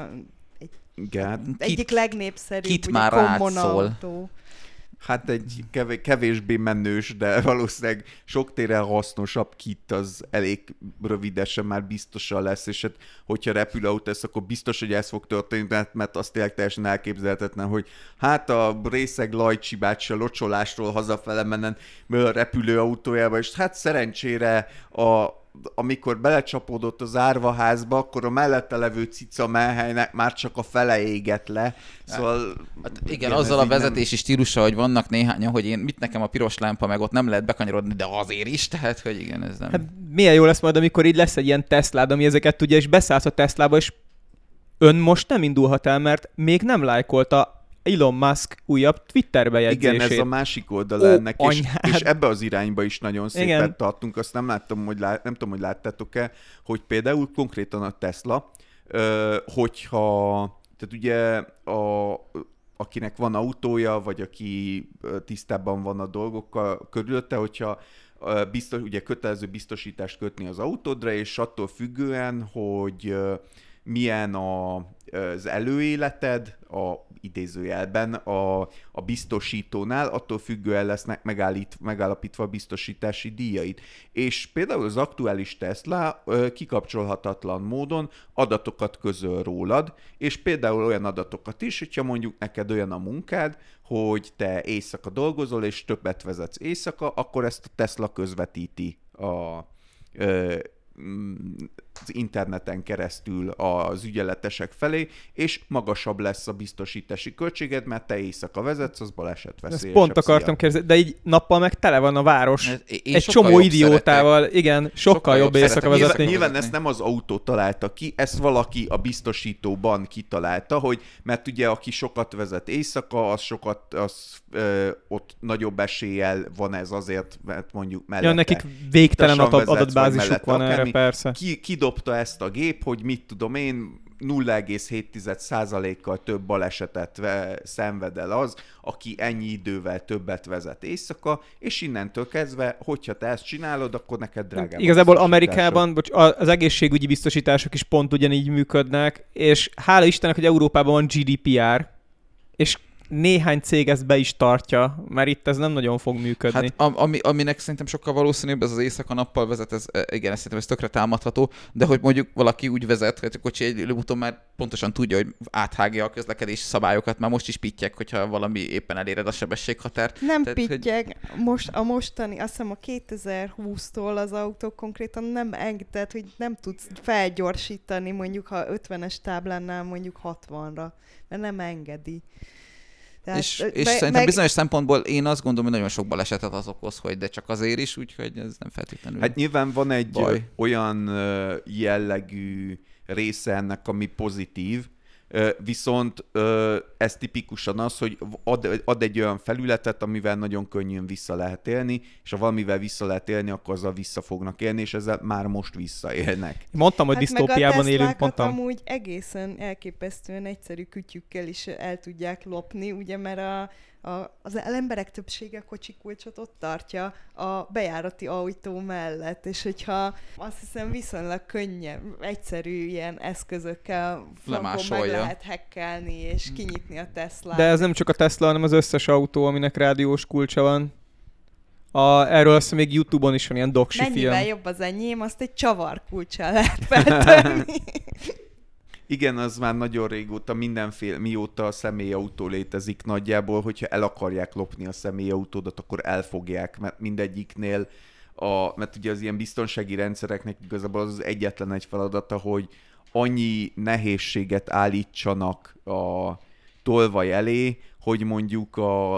egyik legnépszerűbb common autó. Hát egy kevésbé menős, de valószínűleg sok téren hasznosabb kit az elég rövidesen már biztosan lesz, és hát, hogyha repülőautó lesz, akkor biztos, hogy ez fog történni, mert az tényleg teljesen elképzelhetetlen, hogy hát a részeg Lajcsi bácsi a locsolástól hazafele menen a repülőautójába, és hát szerencsére a amikor belecsapódott az árvaházba, akkor a mellette levő cica mellhelynek már csak a fele égett le. Szóval... Hát igen, azzal a vezetési stílusa, hogy vannak néhányan, hogy én mit nekem a piros lámpa, meg ott nem lehet bekanyarodni, de azért is, tehát, hogy igen, ez nem... Hát milyen jó lesz majd, amikor így lesz egy ilyen Teslád, ami ezeket tudja, és beszállsz a Teslába, és ön most nem indulhat el, mert még nem lájkolta Elon Musk újabb Twitter bejegyzését. Igen, ez a másik oldala ennek, és ebbe az irányba is nagyon szépen tartunk. Azt nem tudom, hogy láttátok-e, hogy például konkrétan a Tesla, hogyha, tehát ugye akinek van autója, vagy aki tisztában van a dolgokkal körülötte, hogyha ugye kötelező biztosítást kötni az autódra, és attól függően, hogy milyen az előéleted, idézőjelben a biztosítónál, attól függően lesznek megállapítva a biztosítási díjaid. És például az aktuális Tesla kikapcsolhatatlan módon adatokat közöl rólad, és például olyan adatokat is, hogyha mondjuk neked olyan a munkád, hogy te éjszaka dolgozol, és többet vezetsz éjszaka, akkor ezt a Tesla közvetíti az interneten keresztül az ügyeletesek felé, és magasabb lesz a biztosítási költséged, mert te éjszaka vezetsz, az balesetveszélyesebb. Ezt pont akartam kérdezni, de így nappal meg tele van a város. Egy csomó idiótával, igen, sokkal jobb éjszaka vezetni. Nyilván ezt nem az autó találta ki, ezt valaki a biztosítóban kitalálta, hogy mert ugye aki sokat vezet éjszaka, ott nagyobb eséllyel van ez azért, mert mondjuk mellette. Ja, nekik végtelen adatbázisuk van erre, persze. Kidobta ezt a gép, hogy mit tudom én, 0,7%-kal több balesetet szenved el az, aki ennyi idővel többet vezet éjszaka, és innentől kezdve, hogyha te ezt csinálod, akkor neked drágább. Igazából Amerikában az egészségügyi biztosítások is pont ugyanígy működnek, és hála Istennek, hogy Európában van GDPR, és néhány cég ezt be is tartja, mert itt ez nem nagyon fog működni. Hát aminek szerintem sokkal valószínűbb, ez az éjszaka-nappal vezet, igen, szerintem ez tökre támadható, de hogy mondjuk valaki úgy vezet, hogy a kocsi egy úton már pontosan tudja, hogy áthágja a közlekedési szabályokat, már most is pittyek, hogyha valami éppen eléred a sebességhatárt. Nem pittyek, a mostani, azt hiszem a 2020-tól az autók konkrétan nem engedett, hogy nem tudsz felgyorsítani mondjuk, ha 50-es táblánál mondjuk 60-ra, mert nem engedi. És szerintem bizonyos szempontból én azt gondolom, hogy nagyon sok balesetet az okoz, hogy de csak azért is, úgyhogy ez nem feltétlenül. Hát nyilván van egy olyan jellegű része ennek, ami pozitív, viszont ez tipikusan az, hogy ad egy olyan felületet, amivel nagyon könnyűen vissza lehet élni, és ha valamivel vissza lehet élni, akkor azzal vissza fognak élni, és ezzel már most visszaélnek. Mondtam, hogy disztópiában élünk, mondtam. Amúgy egészen elképesztően egyszerű kütyükkel is el tudják lopni, ugye, mert az emberek többsége kocsikulcsot ott tartja a bejárati autó mellett, és hogyha azt hiszem viszonylag könnyen, egyszerű ilyen eszközökkel meg lehet hackelni, és kinyitni a Teslát. De ez nem csak a Tesla, hanem az összes autó, aminek rádiós kulcsa van. Erről azt még YouTube-on is van ilyen doksi film. Mennyivel jobb az enyém, azt egy csavarkulccsal lehet feltenni. Igen, az már nagyon régóta, mióta a személyautó létezik nagyjából, hogyha el akarják lopni a személyautódat, akkor elfogják, mert mindegyiknél, mert ugye az ilyen biztonsági rendszereknek igazából az egyetlen egy feladata, hogy annyi nehézséget állítsanak a tolvaj elé, hogy mondjuk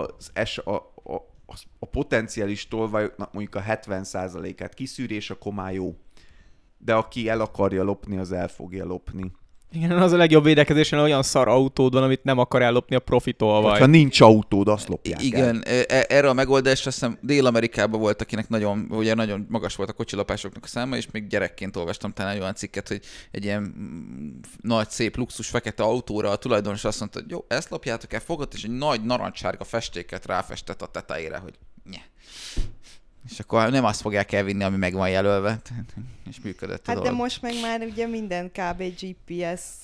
a potenciális tolvajoknak mondjuk a 70%-át kiszűrés, akkor már jó. De aki el akarja lopni, az el fogja lopni. Igen, az a legjobb védekezésnél olyan szar autód van, amit nem akar ellopni a profi tolvaj. Ha nincs autód, azt lopják igen, el. Erre a megoldásra azt hiszem Dél-Amerikában volt, akinek nagyon magas volt a kocsilopásoknak a száma, és még gyerekként olvastam talán olyan cikket, hogy egy ilyen nagy, szép, luxus, fekete autóra a tulajdonos azt mondta, hogy jó, ezt lopjátok el, fogott, és egy nagy narancsárga festéket ráfestett a tetejére, hogy nye. És akkor nem azt fogják elvinni, ami meg van jelölve, és működött a dolog. De most meg már ugye minden kb. GPS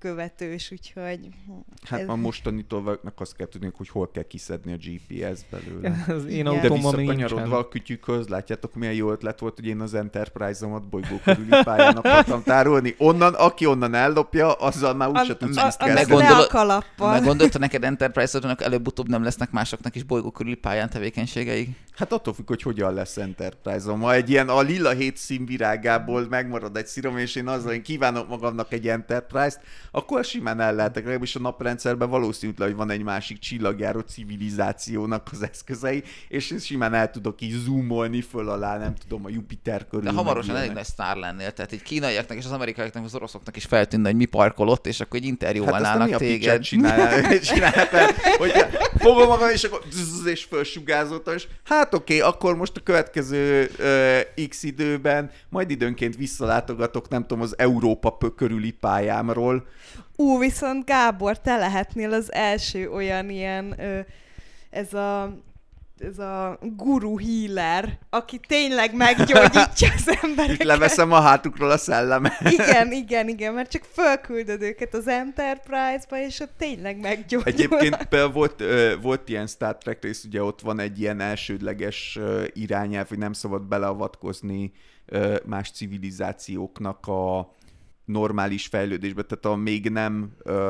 követős, úgyhogy... Hát már mostanitól azt kell tudni, hogy hol kell kiszedni a GPS belőle. Az én Igen. De autómban visszakanyarodva nincsen. a kütyükhöz, látjátok milyen jó ötlet volt, hogy én az Enterprise-omat bolygó körüli pályán akartam tárolni. Aki onnan ellopja, azzal már úgyse tudsz Azt viszkezni. le a kalappal. Meggondolta neked Enterprise-odnak előbb-utóbb nem lesznek másoknak is bolygó körüli pályán tevékenységeik? Hát attól függ, hogy hogyan lesz Enterprise-om. Ma egy ilyen a lila 7 színvirágából megmarad egy szírom, és én kívánok magamnak egy Enterprise-t, akkor simán el lehetek, legalábbis a naprendszerben valószínűleg, hogy van egy másik csillagjáró civilizációnak az eszközei, és én simán el tudok így zoomolni föl alá, nem tudom, a Jupiter körül. De hamarosan elég nagy sztár lennél, tehát így kínaiaknak és az amerikaiaknak, az oroszoknak is feltűnne, hogy mi parkolott, és akkor egy interjúvalnának hát téged. Csinálják, hogy fogom magam, és akkor és fölsugázottam, és hát oké, akkor most a következő X időben majd időnként visszalátogatok, nem tudom, az Európa körüli pályámról. Viszont Gábor, te lehetnél az első olyan ilyen, ez a guru healer, aki tényleg meggyógyítja az embereket. Itt leveszem a hátukról a szellemet. Igen, mert csak fölküldöd őket az Enterprise-ba, és ott tényleg meggyógyul. Egyébként volt ilyen Star Trek rész, ugye ott van egy ilyen elsődleges irányelv, hogy nem szabad beleavatkozni más civilizációknak a normális fejlődésbe, tehát a még nem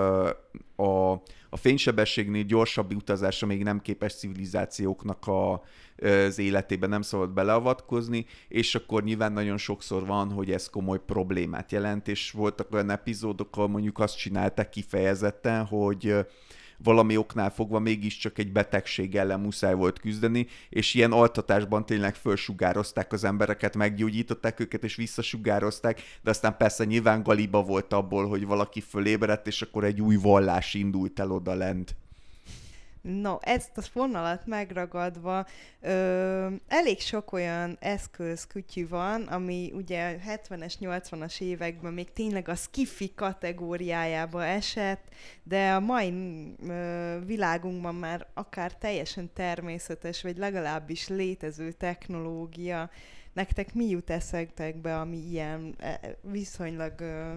a fénysebességnél gyorsabb utazásra még nem képes civilizációknak az életében nem szabad beleavatkozni, és akkor nyilván nagyon sokszor van, hogy ez komoly problémát jelent, és voltak olyan epizódok, ahol mondjuk azt csinálták kifejezetten, hogy valami oknál fogva mégiscsak egy betegség ellen muszáj volt küzdeni, és ilyen altatásban tényleg fölsugározták az embereket, meggyógyították őket, és visszasugározták, de aztán persze nyilván galiba volt abból, hogy valaki fölébredt, és akkor egy új vallás indult el oda lent. No, ezt a vonalat megragadva, elég sok olyan eszközkütyű van, ami ugye 70-es, 80-as években még tényleg a sci-fi kategóriájába esett, de a mai világunkban már akár teljesen természetes, vagy legalábbis létező technológia. Nektek mi jut eszetekbe, ami ilyen viszonylag...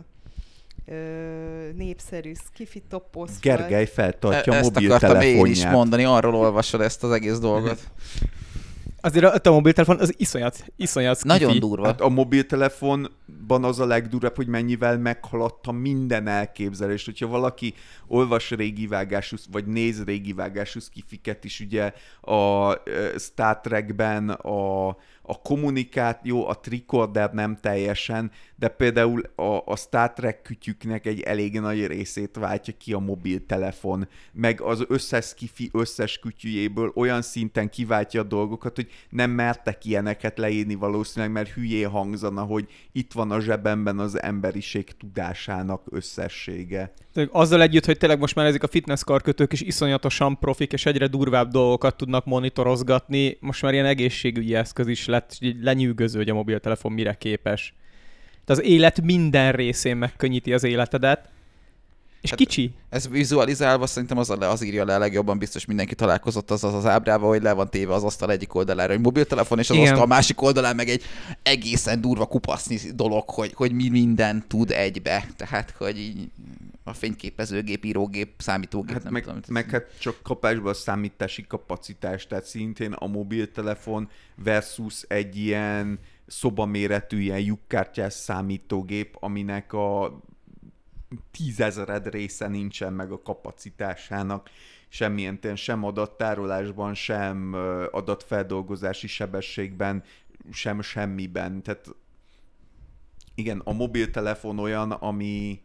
népszerű sci-fi toposz. Gergely feltartja a ezt mobiltelefonját. akartam én is mondani, arról olvasod ezt az egész dolgot. Azért a mobiltelefon az iszonyat Nagyon durva. Hát a mobiltelefonban az a legdurvább, hogy mennyivel meghaladta minden elképzelést. Hogyha valaki olvas régivágású, vagy néz régivágású szkifiket is, ugye a Star Trekben a kommunikáció, a tricorder nem teljesen, de például a Star Trek kütyüknek egy elég nagy részét váltja ki a mobiltelefon, meg az összes skifi összes kütyüjéből olyan szinten kiváltja a dolgokat, hogy nem mertek ilyeneket leírni valószínűleg, mert hülyé hangzana, hogy itt van a zsebemben az emberiség tudásának összessége. Azzal együtt, hogy tényleg most már ezek a fitness karkötők is iszonyatosan profik, és egyre durvább dolgokat tudnak monitorozgatni, most már ilyen egészségügyi eszköz is lett, és így lenyűgöző, hogy a mobiltelefon mire képes. Tehát az élet minden részén megkönnyíti az életedet, és hát kicsi. Ez vizualizálva szerintem az írja le a legjobban, biztos mindenki találkozott az ábrával, hogy le van téve az asztal egyik oldalára egy mobiltelefon, és az asztal a másik oldalán meg egy egészen durva kupaszni dolog, hogy mi minden tud egybe. Tehát, hogy így a fényképezőgép, írógép, számítógép, hát nem meg, tudom. Meg hát csak kapásban a számítási kapacitás, tehát szintén a mobiltelefon versus egy ilyen szobaméretű, ilyen lyukkártyás számítógép, aminek a 10.000 része nincsen meg a kapacitásának, semmilyen sem adattárolásban, sem adatfeldolgozási sebességben, sem semmiben. Tehát igen, a mobiltelefon olyan, ami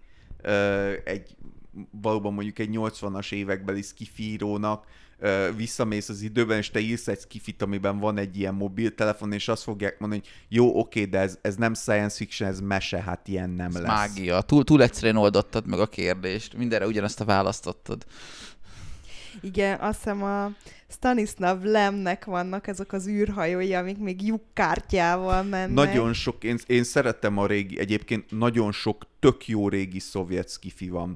valóban mondjuk egy 80-as évekbeli szkifírónak visszamész az időben, és te írsz egy szkifit, amiben van egy ilyen mobiltelefon, és azt fogják mondani, hogy jó, oké, de ez nem science fiction, ez mese, hát ilyen nem ez lesz. Mágia. Túl egyszerűen oldottad meg a kérdést. Mindenre ugyanazt a választottad. Igen, azt hiszem a Stanislav Lemnek vannak ezek az űrhajói, amik még lyukkártyával mennek. Nagyon sok, én szerettem a régi, egyébként nagyon sok tök jó régi szovjet szkifi van,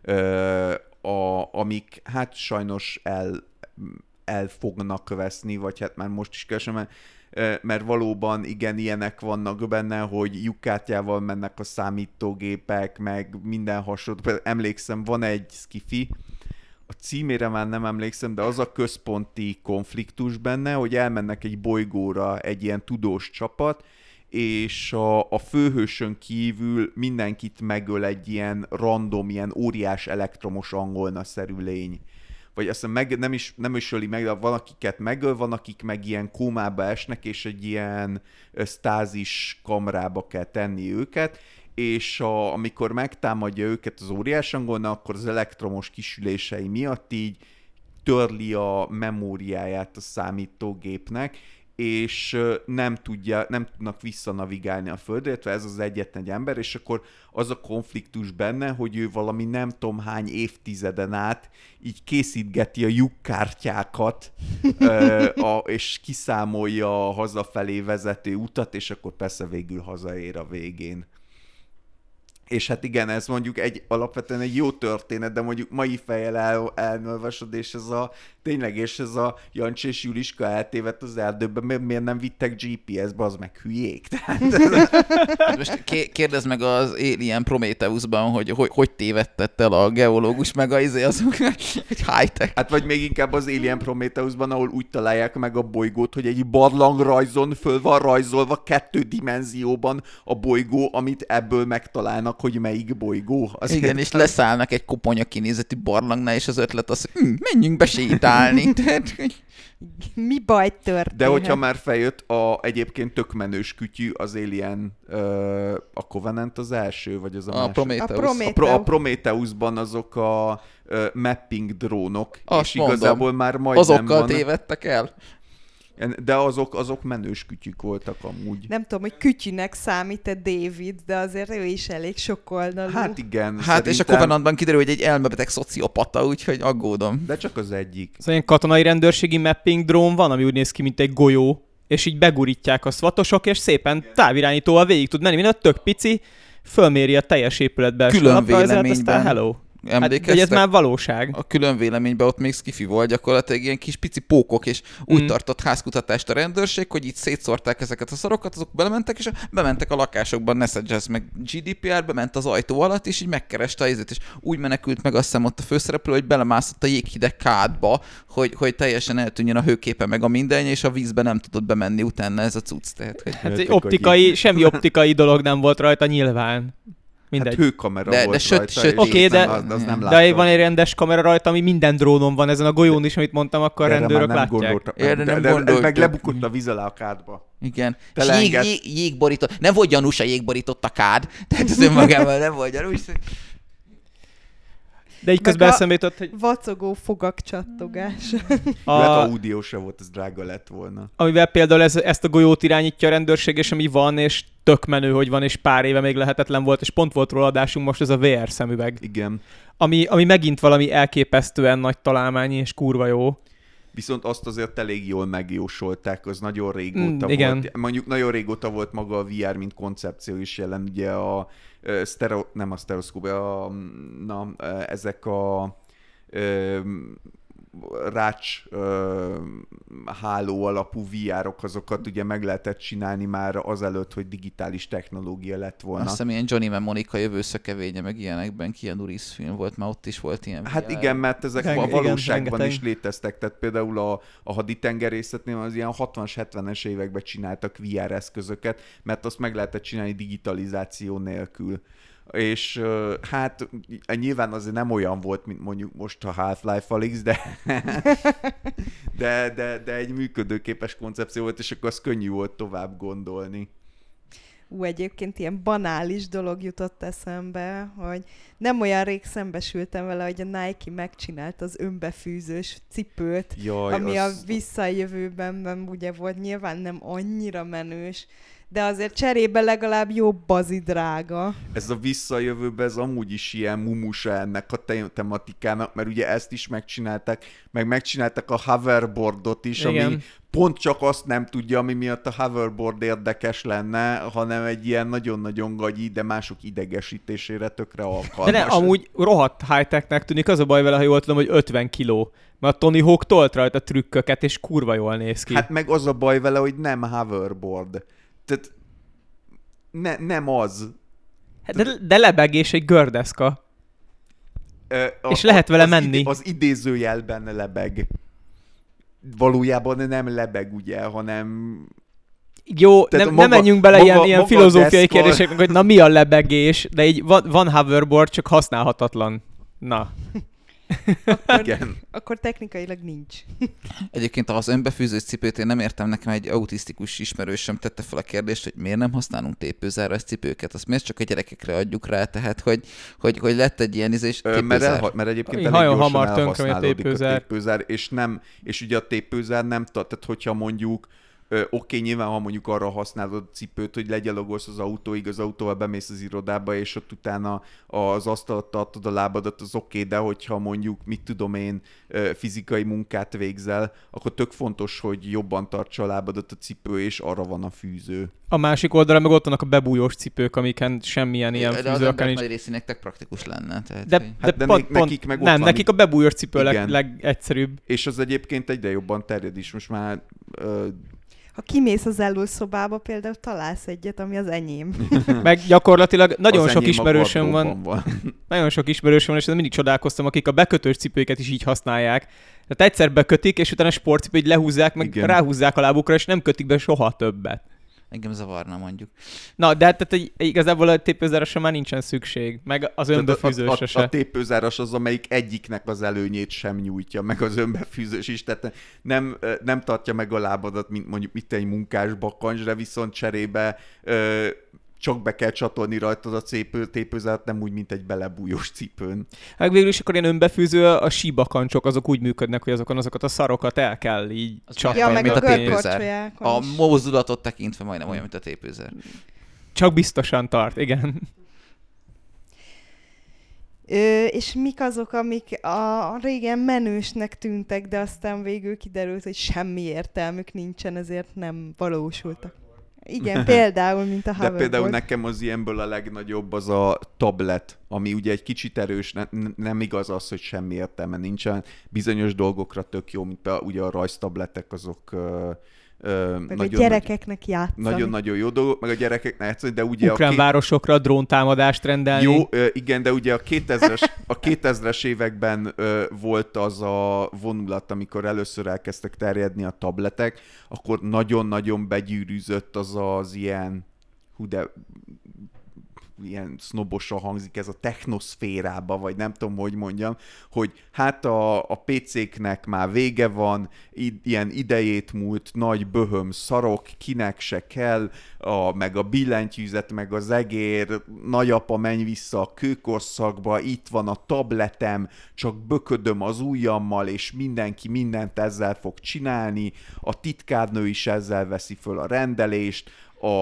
amik hát sajnos el fognak veszni, vagy hát már most is keresem, mert mert valóban igen, ilyenek vannak benne, hogy lyukkártyával mennek a számítógépek, meg minden hasonló. Például emlékszem, van egy skifi, a címére már nem emlékszem, de az a központi konfliktus benne, hogy elmennek egy bolygóra egy ilyen tudós csapat, és a főhősön kívül mindenkit megöl egy ilyen random, ilyen óriás elektromos angolna-szerű lény. Vagy azt hiszem nem is öli meg, de van akiket megöl, van akik meg ilyen kómába esnek, és egy ilyen sztázis kamrába kell tenni őket, és amikor megtámadja őket az óriás angolna, akkor az elektromos kisülései miatt így törli a memóriáját a számítógépnek, és nem tudnak visszanavigálni a Földre, illetve ez az egyetlen ember, és akkor az a konfliktus benne, hogy ő valami nem tudom hány évtizeden át így készítgeti a lyukkártyákat, és kiszámolja a hazafelé vezető utat, és akkor persze végül hazaér a végén. És hát igen, ez mondjuk alapvetően egy jó történet, de mondjuk mai fejjel elolvasod, és ez a Jancsi és Juliska eltévedt az erdőben, miért nem vittek GPS-be, az meg hülyék. Hát most kérdezd meg az Alien Prometheusban, hogy tévedtett el a geológus, meg azok, egy high-tech. Hát vagy még inkább az Alien Prometheusban, ahol úgy találják meg a bolygót, hogy egy barlangrajzon föl van rajzolva 2 dimenzióban a bolygó, amit ebből megtalálnak, hogy melyik bolygó. Azért igen, és leszállnak egy koponya kinézetű barlangnál, és az ötlet az, hogy menjünk be sétálni. Mi baj történhet? De hogyha már feljött egyébként tök menős kütyű, az Alien, a Covenant az első, vagy az a másik? Prometheus. A Prometheusban azok a mapping drónok, azt és mondom, igazából már majdnem azokkal tévedtek el. De azok menős kütyük voltak amúgy. Nem tudom, hogy kütyűnek számít-e David, de azért ő is elég sokoldalú. Hát igen. Hát szerintem... és a Covenantban kiderül, hogy egy elmebeteg szociopata, úgyhogy aggódom. De csak az egyik. Szóval ilyen katonai rendőrségi mapping drón van, ami úgy néz ki, mint egy golyó, és így begurítják a SWAT-osok, és szépen távirányítóval végig tud menni, mint a tök pici, fölméri a teljes épület belső alaprajzát, aztán hello. Hát, ez már valóság. A külön véleményben ott még skifi volt gyakorlatilag ilyen kis pici pókok, és úgy tartott házkutatást a rendőrség, hogy itt szétszórták ezeket a szarokat, azok belementek, és bementek a lakásokban, ne szedjezz meg GDPR, bement az ajtó alatt, és így megkereste az és úgy menekült meg azt hiszem ott a főszereplő, hogy belemászott a jéghideg kádba, hogy teljesen eltűnjön a hőképe meg a minden, és a vízbe nem tudott bemenni utána ez a cucc. Tehát, hogy... Hát semmi optikai dolog nem volt rajta nyilván. Mindegy. Hát hőkamera volt rajta. Oké, de van egy rendes kamera rajta, ami minden drónon van ezen a golyón is, amit mondtam, akkor a rendőrök látják. De meg lebukott a víz alá a kádba. Igen. És jégborított. Nem volt gyanús a jégborított a kád. Tehát az önmagában nem volt gyanús. De így közben eszembe jutott, hogy... Vacogó fogak csattogás. Hát audio se volt, ez drága lett volna. Amivel például ezt a golyót irányítja a rendőrség, és ami van, és tök menő, hogy van, és pár éve még lehetetlen volt, és pont volt róla adásunk most, ez a VR szemüveg. Igen. Ami megint valami elképesztően nagy találmány, és kurva jó. Viszont azt azért elég jól megjósolták, az nagyon régóta igen. volt. Mondjuk nagyon régóta volt maga a VR, mint koncepció is jelen, ugye ezek a rács háló alapú VR-ok, azokat ugye meg lehetett csinálni már azelőtt, hogy digitális technológia lett volna. Azt hiszem ilyen Johnny Mnemonic a jövő szökevénye, meg ilyenekben Keanu Reeves film volt, már ott is volt ilyen VR. Hát igen, mert ezek a valóságban is léteztek, tehát például a haditengerészetnél az ilyen 60-as, 70-es években csináltak VR eszközöket, mert azt meg lehetett csinálni digitalizáció nélkül. És hát nyilván azért nem olyan volt, mint mondjuk most a Half-Life Alyx, de egy működőképes koncepció volt, és akkor az könnyű volt tovább gondolni. Egyébként ilyen banális dolog jutott eszembe, hogy nem olyan rég szembesültem vele, hogy a Nike megcsinált az önbefűzős cipőt, ami a visszajövőben ugye volt, nyilván nem annyira menős, de azért cserébe legalább jobb bazi drága. Ez a visszajövőben, ez amúgy is ilyen mumusa ennek a tematikának, mert ugye ezt is megcsinálták, meg megcsináltak a hoverboardot is, igen. Ami pont csak azt nem tudja, ami miatt a hoverboard érdekes lenne, hanem egy ilyen nagyon-nagyon gagyi, de mások idegesítésére tökre alkalmas. De ne, amúgy rohadt high-technek tűnik, az a baj vele, ha jól tudom, hogy 50 kiló. Mert a Tony Hawk tolt rajta trükköket, és kurva jól néz ki. Hát meg az a baj vele, hogy nem hoverboard. Tehát nem az. De lebeg és egy gördeszka. És lehet vele menni. Az idézőjelben lebeg. Valójában nem lebeg, ugye, hanem... Jó, nem menjünk bele ilyen filozófiai kérdéseknek, hogy na mi a lebegés, de így van hoverboard, csak használhatatlan. Na. Akkor technikailag nincs. Egyébként az önbefűzős cipőt én nem értem, nekem egy autisztikus ismerősöm tette fel a kérdést, hogy miért nem használunk tépőzáras cipőket, azt miért csak a gyerekekre adjuk rá, tehát hogy lett egy ilyen tépőzár. Mert egyébként elég gyorsan elhasználódik a tépőzár, és ugye a tépőzár nem tehát hogyha mondjuk oké, nyilván, ha mondjuk arra használod a cipőt, hogy legyalogolsz az autóig, az autóval bemész az irodába, és ott utána az asztalat tartod a lábadat, az oké, de hogyha mondjuk, mit tudom én, fizikai munkát végzel, akkor tök fontos, hogy jobban tartsa a lábadat a cipő, és arra van a fűző. A másik oldalra meg ott vannak a bebújós cipők, amiken semmilyen ilyen fűző akár nincs. De az nagy részének tök praktikus lenne. Tehát nekik meg nem, nekik a bebújós cipő legegyszerűbb. És az egyébként egyre jobban terjed is. Most már... Ha kimész az előszobába, például találsz egyet, ami az enyém. Meg gyakorlatilag nagyon sok ismerősöm van. Nagyon sok ismerősöm van, és mindig csodálkoztam, akik a bekötős cipőket is így használják. Tehát egyszer bekötik, és utána a sportcipőt lehúzzák, meg ráhúzzák a lábukra, és nem kötik be soha többet. Engem zavarna, mondjuk. Na, de hát igazából a tépőzárasra már nincsen szükség, meg az önbefűzősre se. A tépőzáras az, amelyik egyiknek az előnyét sem nyújtja, meg az önbefűzős is, tehát nem tartja meg a lábadat, mint mondjuk itt egy munkás bakancs, de viszont cserébe csak be kell csatolni rajtad a tépőzárat, nem úgy, mint egy belebújós cipőn. Hát végül is akkor ilyen önbefűző, a síbakancsok azok úgy működnek, hogy azokat a szarokat el kell így csatolni. Ja, meg a tépőzár. A mozdulatot tekintve majdnem olyan, mint a tépőzár. Csak biztosan tart, igen. És mik azok, amik a régen menősnek tűntek, de aztán végül kiderült, hogy semmi értelmük nincsen, ezért nem valósultak. Igen, például, mint a hoverboard. De például nekem az ilyenből a legnagyobb az a tablet, ami ugye egy kicsit erős, nem igaz az, hogy semmi értelme nincsen. Bizonyos dolgokra tök jó, mint ugye a rajztabletek, azok meg nagyon a gyerekeknek játszani. Nagyon-nagyon jó dolgok, meg a gyerekeknek játszani, de ugye ukrán városokra dróntámadást rendelni. Jó, igen, de ugye a 2000-es években volt az a vonulat, amikor először elkezdtek terjedni a tabletek, akkor nagyon-nagyon begyűrűzött az ilyen, ilyen sznobosan hangzik ez a technoszférába, vagy nem tudom, hogy mondjam, hogy hát a PC-knek már vége van, ilyen idejét múlt, nagy böhöm szarok, kinek se kell, meg a billentyűzet, meg az egér, nagyapa menj vissza a kőkorszakba, itt van a tabletem, csak böködöm az ujjammal, és mindenki mindent ezzel fog csinálni, a titkárnő is ezzel veszi föl a rendelést,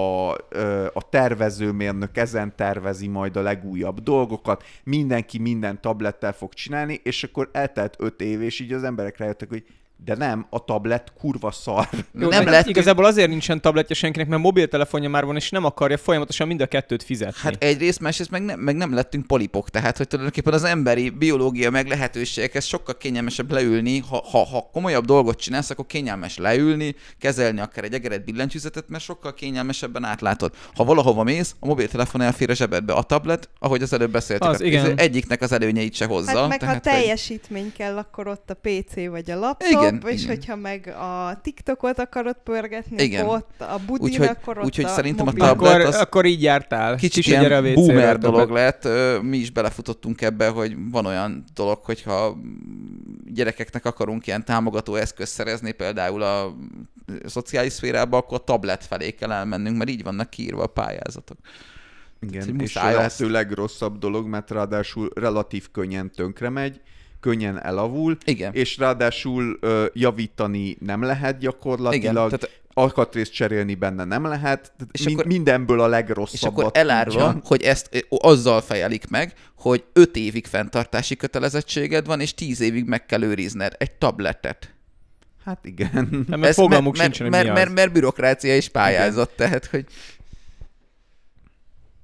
a tervezőmérnök ezen tervezi majd a legújabb dolgokat, mindenki minden tablettel fog csinálni, és akkor eltelt 5 év, és így az emberek rájöttek, hogy de nem, a tablet kurva szar. Jó, nem lett. Igazából azért nincsen tabletje senkinek, mert mobiltelefonja már van, és nem akarja folyamatosan mind a kettőt fizetni. Hát egyrészt, másrészt meg nem lettünk polipok, tehát hogy tulajdonképpen az emberi biológia meg lehetőségekhez sokkal kényelmesebb leülni, ha komolyabb dolgot csinálsz, akkor kényelmes leülni, kezelni akár egy egeret billentyűzetet, mert sokkal kényelmesebben átlátod. Ha valahova mész, a mobiltelefon elfér a zsebedbe, a tablet, ahogy az előbb beszéltük, egyiknek az előnyeit se hozza. Hát meg tehát, ha teljesítmény kell, akkor ott a PC vagy a laptop. És hogyha meg a TikTokot akarod pörgetni, akkor ott a budin, akkor ott úgyhogy a szerintem mobil. a tablet az akkor így jártál. Kicsit ilyen boomer dolog lett. Mi is belefutottunk ebbe, hogy van olyan dolog, hogyha gyerekeknek akarunk ilyen támogató eszközt szerezni, például a szociális szférába, akkor a tablet felé kell elmennünk, mert így vannak kiírva a pályázatok. Igen, és a lehető legrosszabb dolog, mert ráadásul relatív könnyen tönkre megy, könnyen elavul, igen. És ráadásul javítani nem lehet gyakorlatilag, igen, tehát alkatrészt cserélni benne nem lehet, mindenből a legrosszabbat. És akkor elárulom, hogy ezt azzal fejelik meg, hogy 5 évig fenntartási kötelezettséged van, és 10 évig meg kell őrizned egy tabletet. Hát igen. Mert fogalmuk sincs, hogy mert bürokrácia és pályázat, tehát, hogy...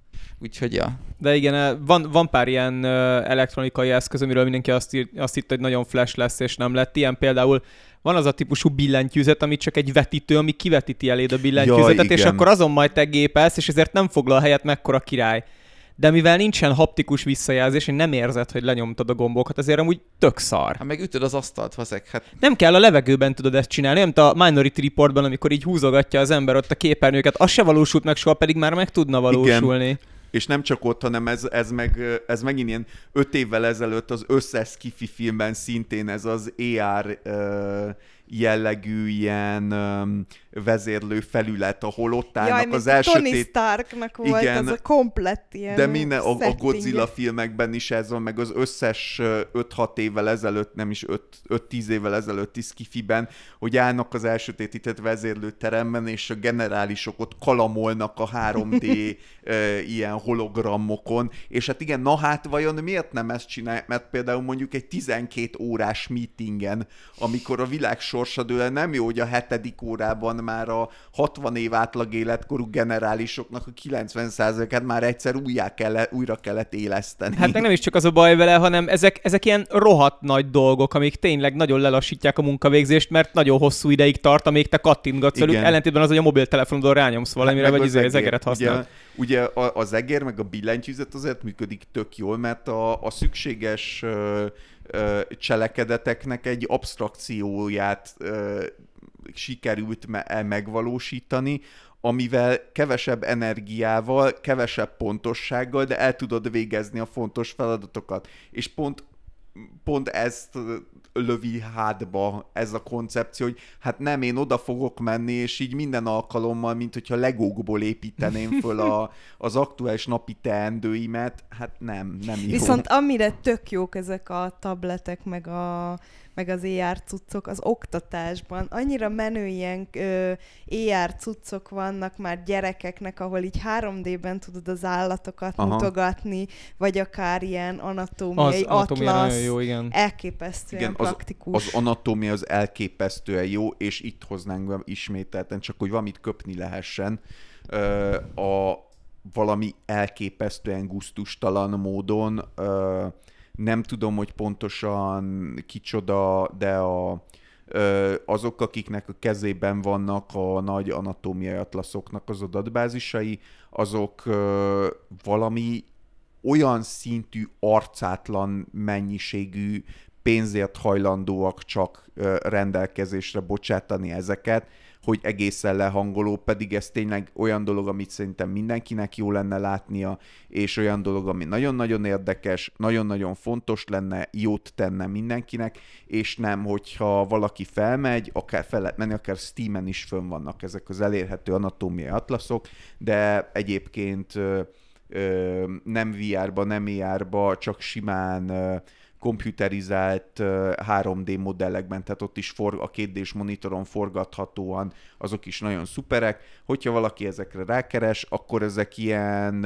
Úgyhogy ja. De igen, van pár ilyen elektronikai eszköz, amiről mindenki azt hitt, hogy nagyon flash lesz, és nem lett ilyen. Például van az a típusú billentyűzet, ami csak egy vetítő, ami kivetíti eléd a billentyűzetet, és akkor azon majd te gépelsz, és ezért nem foglal helyet, mekkora király. De mivel nincsen haptikus visszajelzés, és nem érzed, hogy lenyomtad a gombokat, azért amúgy tök szar. Hát meg ütöd az asztalt, fazek. Hát... Nem kell a levegőben tudod ezt csinálni, nem a Minority Reportban, amikor így húzogatja az ember ott a képernyőket, az se valósult meg soha, pedig már meg tudna valósulni. Igen. És nem csak ott, hanem ez megint ilyen 5 évvel ezelőtt az összes sci-fi filmben szintén ez az AR jellegű ilyen vezérlő felület, ahol ott állnak az első Tony Starknak volt igen, az a komplett ilyen de minden a Godzilla filmekben is ez van, meg az összes 5-6 évvel ezelőtt, nem is 5-10 évvel ezelőtti sci-fiben, hogy állnak az elsötétített vezérlőteremben, és a generálisok ott kalamolnak a 3D ilyen hologramokon, és hát igen, na hát vajon miért nem ezt csinálják? Mert például mondjuk egy 12 órás meetingen, amikor a világ sorsa dől, nem jó, hogy a 7. órában már a 60 év átlag életkorú generálisoknak a 90%-át már egyszer újra kellett éleszteni. Hát meg nem is csak az a baj vele, hanem ezek ilyen rohadt nagy dolgok, amik tényleg nagyon lelassítják a munkavégzést, mert nagyon hosszú ideig tart, amíg te kattintgatsz velük, ellentétben az, hogy a mobiltelefonodon rányomsz valamire, vagy az egeret használ. Ugye az egér meg a billentyűzet azért működik tök jól, mert a szükséges cselekedeteknek egy absztrakcióját sikerült megvalósítani, amivel kevesebb energiával, kevesebb pontossággal, de el tudod végezni a fontos feladatokat. És pont ezt lövi hátba ez a koncepció, hogy hát nem, én oda fogok menni, és így minden alkalommal, mint hogyha legókból építeném föl az aktuális napi teendőimet, hát nem jó. Viszont amire tök jók ezek a tabletek, meg az AR cuccok az oktatásban. Annyira menő ilyen AR cuccok vannak már gyerekeknek, ahol így 3D-ben tudod az állatokat mutogatni, vagy akár ilyen anatómiai atlasz. Jó, igen. Elképesztően igen, praktikus. Az anatómia az elképesztően jó, és itt hoznánk be ismételten, csak hogy valamit köpni lehessen. Valami elképesztően gusztustalan módon nem tudom, hogy pontosan kicsoda, de azok, akiknek a kezében vannak a nagy anatómiai atlaszoknak az adatbázisai, azok valami olyan szintű arcátlan mennyiségű pénzért hajlandóak csak rendelkezésre bocsátani ezeket, hogy egészen lehangoló, pedig ez tényleg olyan dolog, amit szerintem mindenkinek jó lenne látnia, és olyan dolog, ami nagyon-nagyon érdekes, nagyon-nagyon fontos lenne, jót tenne mindenkinek, és nem, hogyha valaki felmegy, akár fel lehet menni, akár Steamen is fönn vannak ezek az elérhető anatómiai atlaszok, de egyébként nem VR-ba, nem AR-ba, csak simán komputerizált 3D modellekben, tehát ott is a 2D-s monitoron forgathatóan, azok is nagyon szuperek. Hogyha valaki ezekre rákeres, akkor ezek ilyen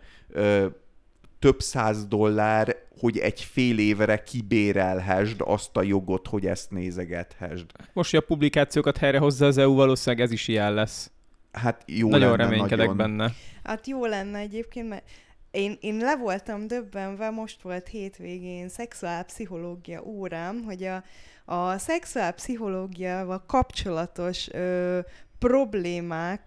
több $100, hogy egy fél évre kibérelhessd azt a jogot, hogy ezt nézegethessd. Most, hogy a publikációkat helyrehozza az EU, valószínűleg ez is ilyen lesz. Hát jó nagyon lenne, reménykedek benne. Hát jó lenne egyébként, mert én le voltam döbbenve, most volt hétvégén szexuálpszichológia órám, hogy a szexuálpszichológiával kapcsolatos problémák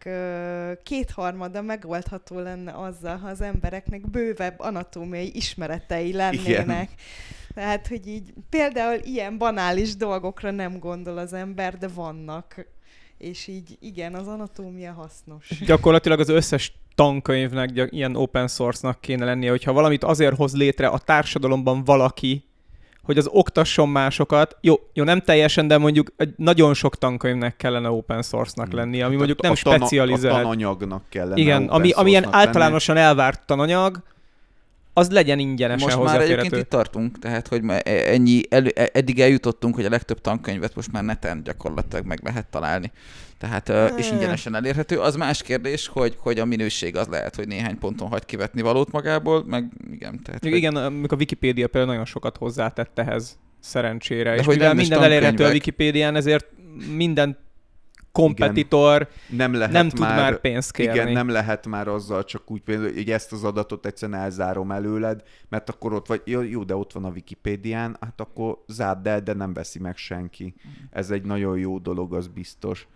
2/3 megoldható lenne azzal, ha az embereknek bővebb anatómiai ismeretei lennének. Igen. Tehát, hogy így például ilyen banális dolgokra nem gondol az ember, de vannak. És így igen, az anatómia hasznos. Gyakorlatilag az összes tankönyvnek ilyen open source-nak kéne lennie, hogyha valamit azért hoz létre a társadalomban valaki, hogy az oktasson másokat. Jó, nem teljesen, de mondjuk nagyon sok tankönyvnek kellene open source-nak lennie, ami mondjuk nem specializált. A tananyagnak kellene. Igen, ami ilyen általánosan elvárt tananyag, az legyen ingyenesen hozzáférhető. Most már egyébként itt tartunk, tehát hogy eddig eljutottunk, hogy a legtöbb tankönyvet most már neten gyakorlatilag meg lehet találni. Tehát, és ingyenesen elérhető. Az más kérdés, hogy a minőség az lehet, hogy néhány ponton hagy kivetni valót magából, meg igen. Tehát, igen, a Wikipédia például nagyon sokat hozzátett ehhez, szerencsére. De és mivel minden elérhető a Wikipédián, ezért minden kompetitor nem tud már pénzt kérni. Igen, nem lehet már azzal csak úgy például, hogy ezt az adatot egyszerűen elzárom előled, mert akkor ott vagy, jó, de ott van a Wikipédián, hát akkor zárd el, de nem veszi meg senki. Ez egy nagyon jó dolog, az biztos.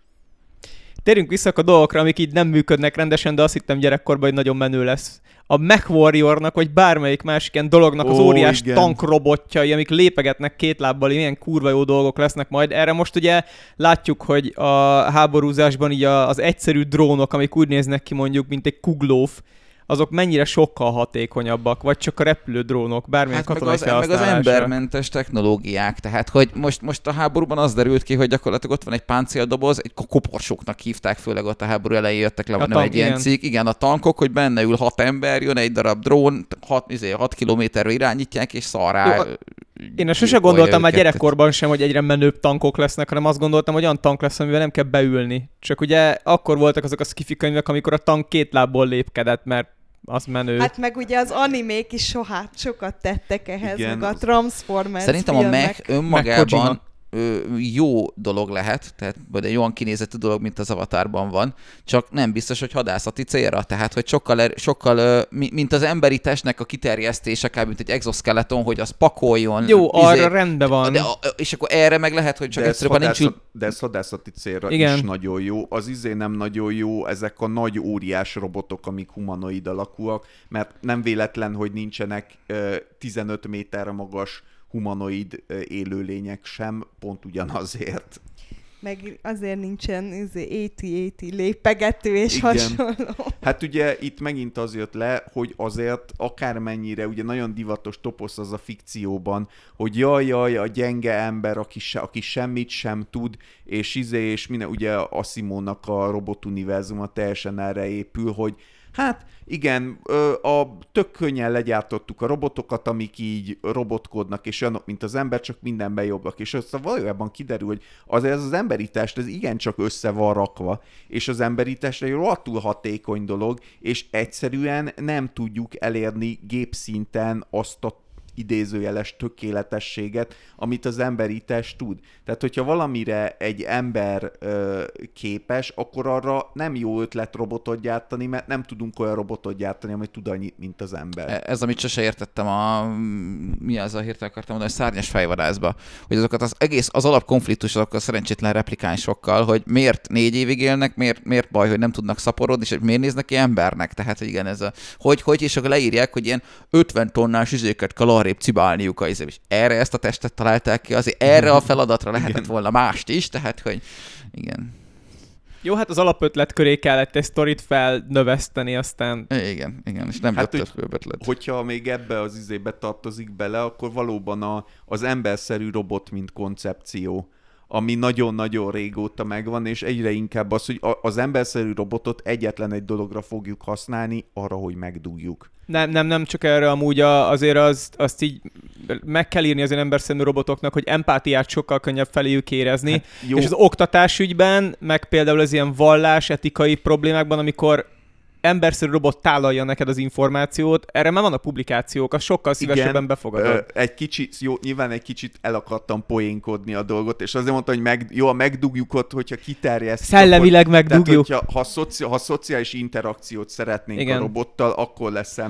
Térjünk vissza a dolgokra, amik így nem működnek rendesen, de azt hittem gyerekkorban, hogy nagyon menő lesz. A MechWarriornak, vagy bármelyik másik ilyen dolognak az óriás tankrobotjai, amik lépegetnek két lábbal, milyen kurva jó dolgok lesznek majd. Erre most ugye látjuk, hogy a háborúzásban így az egyszerű drónok, amik úgy néznek ki mondjuk, mint egy kuglóf, azok mennyire sokkal hatékonyabbak, vagy csak a repülő drónok, bármilyen katonai felhasználásra. Meg az embermentes technológiák, tehát hogy most a háborúban az derült ki, hogy gyakorlatilag ott van egy páncéldoboz, egy koporsóknak hívták, főleg ott a háború elején jöttek le egy ilyen cikk. Igen, a tankok, hogy benne ül 6 ember, jön egy darab drón, 6 kilométerre irányítják, és szarrá. Én sose gondoltam már gyerekkorban sem, hogy egyre menőbb tankok lesznek, hanem azt gondoltam, hogy olyan tank lesz, amivel nem kell beülni. Csak ugye akkor voltak azok a sci-fi könyvek, amikor a tank két lábból lépkedett, mert az menő. Hát meg ugye az animék is sokat tettek ehhez, igen, meg a Transformers szerintem filmek. a mech önmagában jó dolog lehet, tehát egy olyan kinézetű dolog, mint az Avatarban van, csak nem biztos, hogy hadászati célra, tehát hogy sokkal mint az emberi testnek a kiterjesztése, kb. Mint egy exoskeleton, hogy az pakoljon. Jó, arra rendben van. És akkor erre meg lehet, hogy csak egyszerűen nincs... De ez hadászati célra is nagyon jó. Az nem nagyon jó, ezek a nagy óriás robotok, amik humanoid alakúak, mert nem véletlen, hogy nincsenek 15 méterre magas humanoid élőlények sem, pont ugyanazért. Meg azért nincsen AT-AT lépegető és hasonló. Hát ugye itt megint az jött le, hogy azért akármennyire, ugye nagyon divatos toposz az a fikcióban, hogy jaj, a gyenge ember, aki semmit sem tud, és minden, ugye Asimovnak a robotuniverzuma teljesen erre épül, hogy hát igen, tök könnyen legyártottuk a robotokat, amik így robotkodnak, és olyanok, mint az ember, csak mindenben jobbak. És aztán valójában kiderül, hogy azért az emberi test, ez igencsak össze van rakva, és az emberi test egy rohadtul hatékony dolog, és egyszerűen nem tudjuk elérni gépszinten azt a idézőjeles tökéletességet, amit az emberi test tud. Tehát, hogyha valamire egy ember képes, akkor arra nem jó ötlet robotot gyártani, mert nem tudunk olyan robotot gyártani, ami tud annyit, mint az ember. Ez, amit sose értettem, mi az a hirtelen akartam mondani, a Szárnyas fejvadászba, hogy azokat az alapkonfliktus azokkal a szerencsétlen replikánsokkal, hogy miért 4 évig élnek, miért baj, hogy nem tudnak szaporodni, és miért néznek ki embernek. Tehát, hogy igen, ez hogy és akkor leírják, hogy ilyen 50 tonnás üzéket kell arrébb cibálniuk, és erre ezt a testet találták ki, azért erre a feladatra lehetett volna mást is, tehát, hogy igen. Jó, hát az alapötlet köré kellett egy sztorit felnöveszteni, aztán... Igen, és nem jött több ötlet. Hogyha még ebbe az izébe tartozik bele, akkor valóban az emberszerű robot, mint koncepció, ami nagyon-nagyon régóta megvan, és egyre inkább az, hogy az emberszerű robotot egyetlen egy dologra fogjuk használni, arra, hogy megdugjuk. Nem csak erre amúgy azért azt így meg kell írni az emberszerű robotoknak, hogy empátiát sokkal könnyebb feléjük érezni, hát és az oktatásügyben, meg például az ilyen vallás, etikai problémákban, amikor emberszerű robot tálalja neked az információt, erre már vannak publikációk, az sokkal szívesebben befogadod. Nyilván egy kicsit el akartam poénkodni a dolgot, és azért mondtam, hogy megdugjuk ott, hogyha kiterjesztjük. Szellemileg megdugjuk. Tehát, ha szociális interakciót szeretnénk a robottal, akkor lesz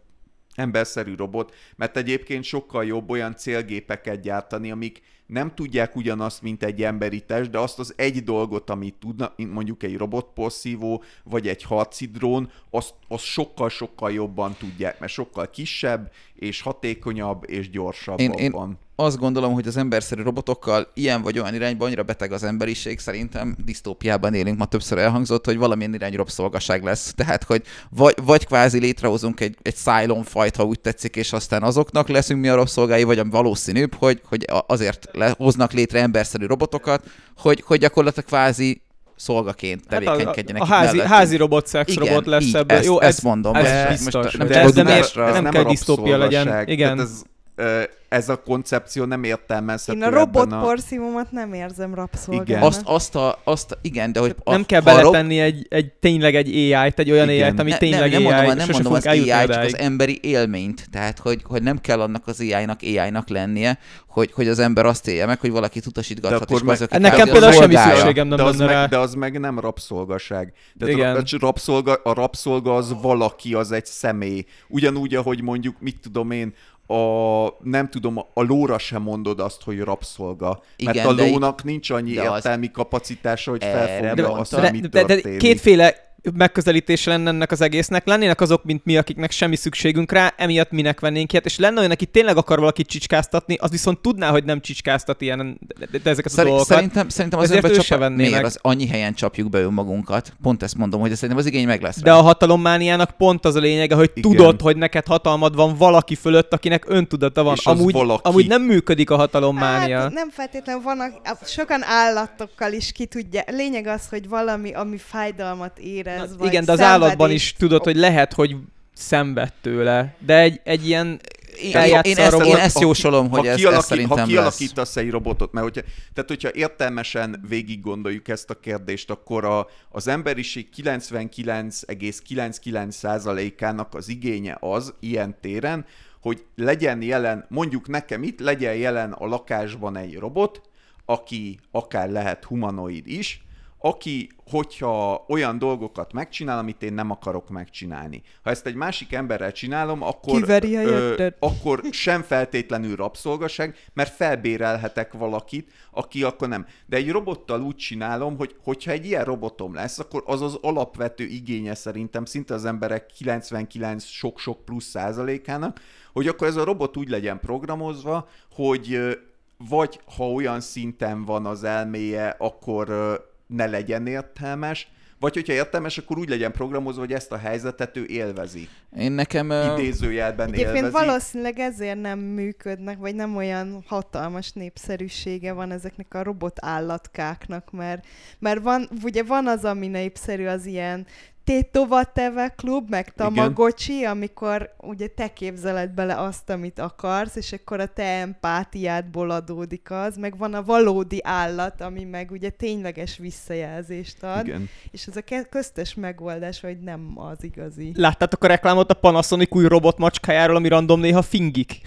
emberszerű robot, mert egyébként sokkal jobb olyan célgépeket gyártani, amik nem tudják ugyanazt, mint egy emberi test, de azt az egy dolgot, amit tudnak, mint mondjuk egy robotporszívó, vagy egy harci drón, azt sokkal-sokkal jobban tudják, mert sokkal kisebb, és hatékonyabb, és gyorsabb. Én azt gondolom, hogy az emberszerű robotokkal ilyen vagy olyan irányban annyira beteg az emberiség, szerintem disztópiában élünk, ma többször elhangzott, hogy valamilyen irányú rabszolgaság lesz. Tehát, hogy vagy kvázi létrehozunk egy Cylon fajt, ha úgy tetszik, és aztán azoknak leszünk mi a rabszolgái, vagy valószínűbb, hogy azért hoznak létre emberszerű robotokat, hogy gyakorlatilag kvázi szolgaként tevékenykedjenek. Hát a házi robot, szexrobot lesz ebből. Jó, ezt mondom. Ez biztos. Nem kell disztópia legyen. Igen. ez a koncepció nem értelmezhető. Én a robotporszívomat nem érzem rabszolgának. Igen, de hogy... Nem kell beletenni egy tényleg egy AI-t, egy olyan AI-t, ami tényleg AI, nem mondom az AI, csak az emberi élményt. Tehát, hogy nem kell annak az AI-nak lennie, hogy az ember azt élje meg, hogy valakit utasítgathat. Nekem például semmi szükségem nem lenne rá. De az meg nem rabszolgaság. A rabszolga az valaki, az egy személy. Ugyanúgy, ahogy mondjuk, mit tudom én, a lóra sem mondod azt, hogy rabszolga. Igen, mert a lónak nincs annyi értelmi kapacitása, hogy felfogja azt, hogy mi történik. De kétféle megközelítés lenne ennek az egésznek. Lennének azok, mint mi, akiknek semmi szükségünk rá, emiatt minek vennénk ilyet, és lenne olyan, aki tényleg akar valakit csicskáztatni, az viszont tudná, hogy nem csicskáztat ilyen, de ezeket a dolgokat. Szerintem az ember miért az annyi helyen csapjuk be önmagunkat. Pont ezt mondom, hogy szerintem az igény meg lesz. De a hatalommániának pont az a lényege, hogy tudod, hogy neked hatalmad van valaki fölött, akinek öntudata van. Amúgy nem működik a hatalommánia. Hát, nem feltétlenül vannak, sokan állatokkal is ki tudja. Lényeg az, hogy valami, ami fájdalmat érez. Igen, de az állatban is tudod, hogy lehet, hogy szenved tőle. De egy ilyen... Én ezt jósolom, hogy ez szerintem lesz. Ha kialakítasz egy robotot, mert hogyha értelmesen végig gondoljuk ezt a kérdést, akkor az emberiség 99,99%-ának az igénye az ilyen téren, hogy legyen jelen, mondjuk nekem itt, legyen jelen a lakásban egy robot, aki akár lehet humanoid is, aki, hogyha olyan dolgokat megcsinál, amit én nem akarok megcsinálni. Ha ezt egy másik emberrel csinálom, akkor sem feltétlenül rabszolgaság, mert felbérelhetek valakit, aki akkor nem. De egy robottal úgy csinálom, hogy hogyha egy ilyen robotom lesz, akkor az az alapvető igénye szerintem szinte az emberek 99 sok-sok plusz százalékának, hogy akkor ez a robot úgy legyen programozva, hogy vagy ha olyan szinten van az elméje, akkor ne legyen értelmes, vagy hogyha értelmes, akkor úgy legyen programozva, hogy ezt a helyzetet ő élvezi. Én nekem... Idézőjelben élvezi. Egyébként valószínűleg ezért nem működnek, vagy nem olyan hatalmas népszerűsége van ezeknek a robot állatkáknak, mert van az, ami népszerű, az ilyen Tétova Teve klub, meg Tamagocsi, amikor ugye te képzeled bele azt, amit akarsz, és akkor a te empátiádból adódik az, meg van a valódi állat, ami meg ugye tényleges visszajelzést ad, igen. És ez a köztes megoldás, hogy nem az igazi. Láttátok a reklámot a Panasonic új robotmacskájáról, ami random néha fingik?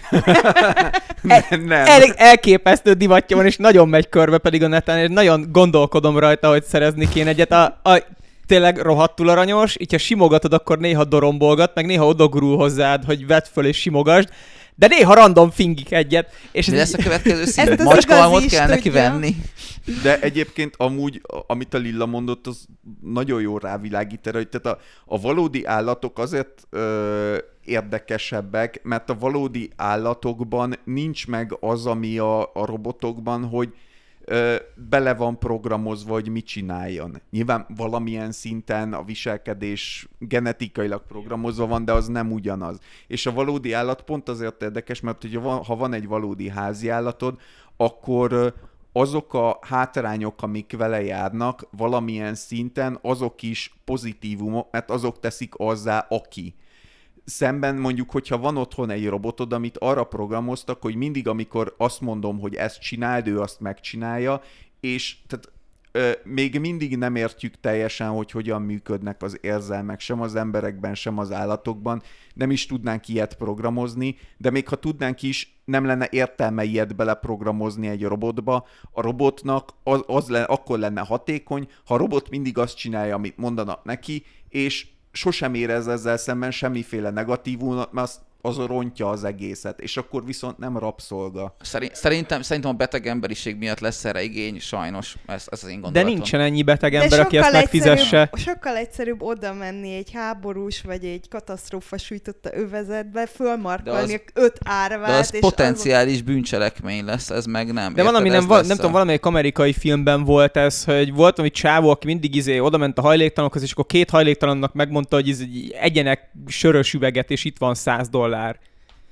Nem. Elképesztő divatja van, és nagyon megy körbe pedig a neten, és nagyon gondolkodom rajta, hogy szerezni kéne egyet. Tényleg rohadtul aranyos, így ha simogatod, akkor néha dorombolgat, meg néha odagurul hozzád, hogy vedd föl és simogasd, de néha random fingik egyet. És mi lesz a következő szín? Macskalmot kell neki venni. De egyébként amúgy, amit a Lilla mondott, az nagyon jó rávilágít erre, hogy tehát a valódi állatok azért érdekesebbek, mert a valódi állatokban nincs meg az, ami a robotokban, hogy bele van programozva, hogy mit csináljon. Nyilván valamilyen szinten a viselkedés genetikailag programozva van, de az nem ugyanaz. És a valódi állat pont azért érdekes, mert ha van egy valódi házi állatod, akkor azok a hátrányok, amik vele járnak, valamilyen szinten azok is pozitívumok, mert azok teszik azzá, aki. Szemben mondjuk, hogyha van otthon egy robotod, amit arra programoztak, hogy mindig, amikor azt mondom, hogy ezt csináld, ő azt megcsinálja, és tehát még mindig nem értjük teljesen, hogy hogyan működnek az érzelmek, sem az emberekben, sem az állatokban. Nem is tudnánk ilyet programozni, de még ha tudnánk is, nem lenne értelme ilyet beleprogramozni egy robotba. A robotnak akkor lenne hatékony, ha a robot mindig azt csinálja, amit mondanak neki, és sosem érez ezzel szemben semmiféle negatívumot, mert az rontja az egészet, és akkor viszont nem rabszolga. Szerintem a beteg emberiség miatt lesz erre igény, sajnos, ez az én gondolatom. De nincsen ennyi beteg ember, aki ezt megfizesse. Sokkal egyszerűbb oda menni egy háborús, vagy egy katasztrófa sújtotta övezetbe, fölmarkolni 5 árvát. De az és potenciális bűncselekmény lesz, ez meg nem. De van, ami nem tudom, valamelyik amerikai filmben volt ez, hogy volt valami csávó, aki mindig oda ment a hajléktalanokhoz, és akkor 2 hajléktalannak megmondta, hogy egyenek sörös üveget, és itt van $100.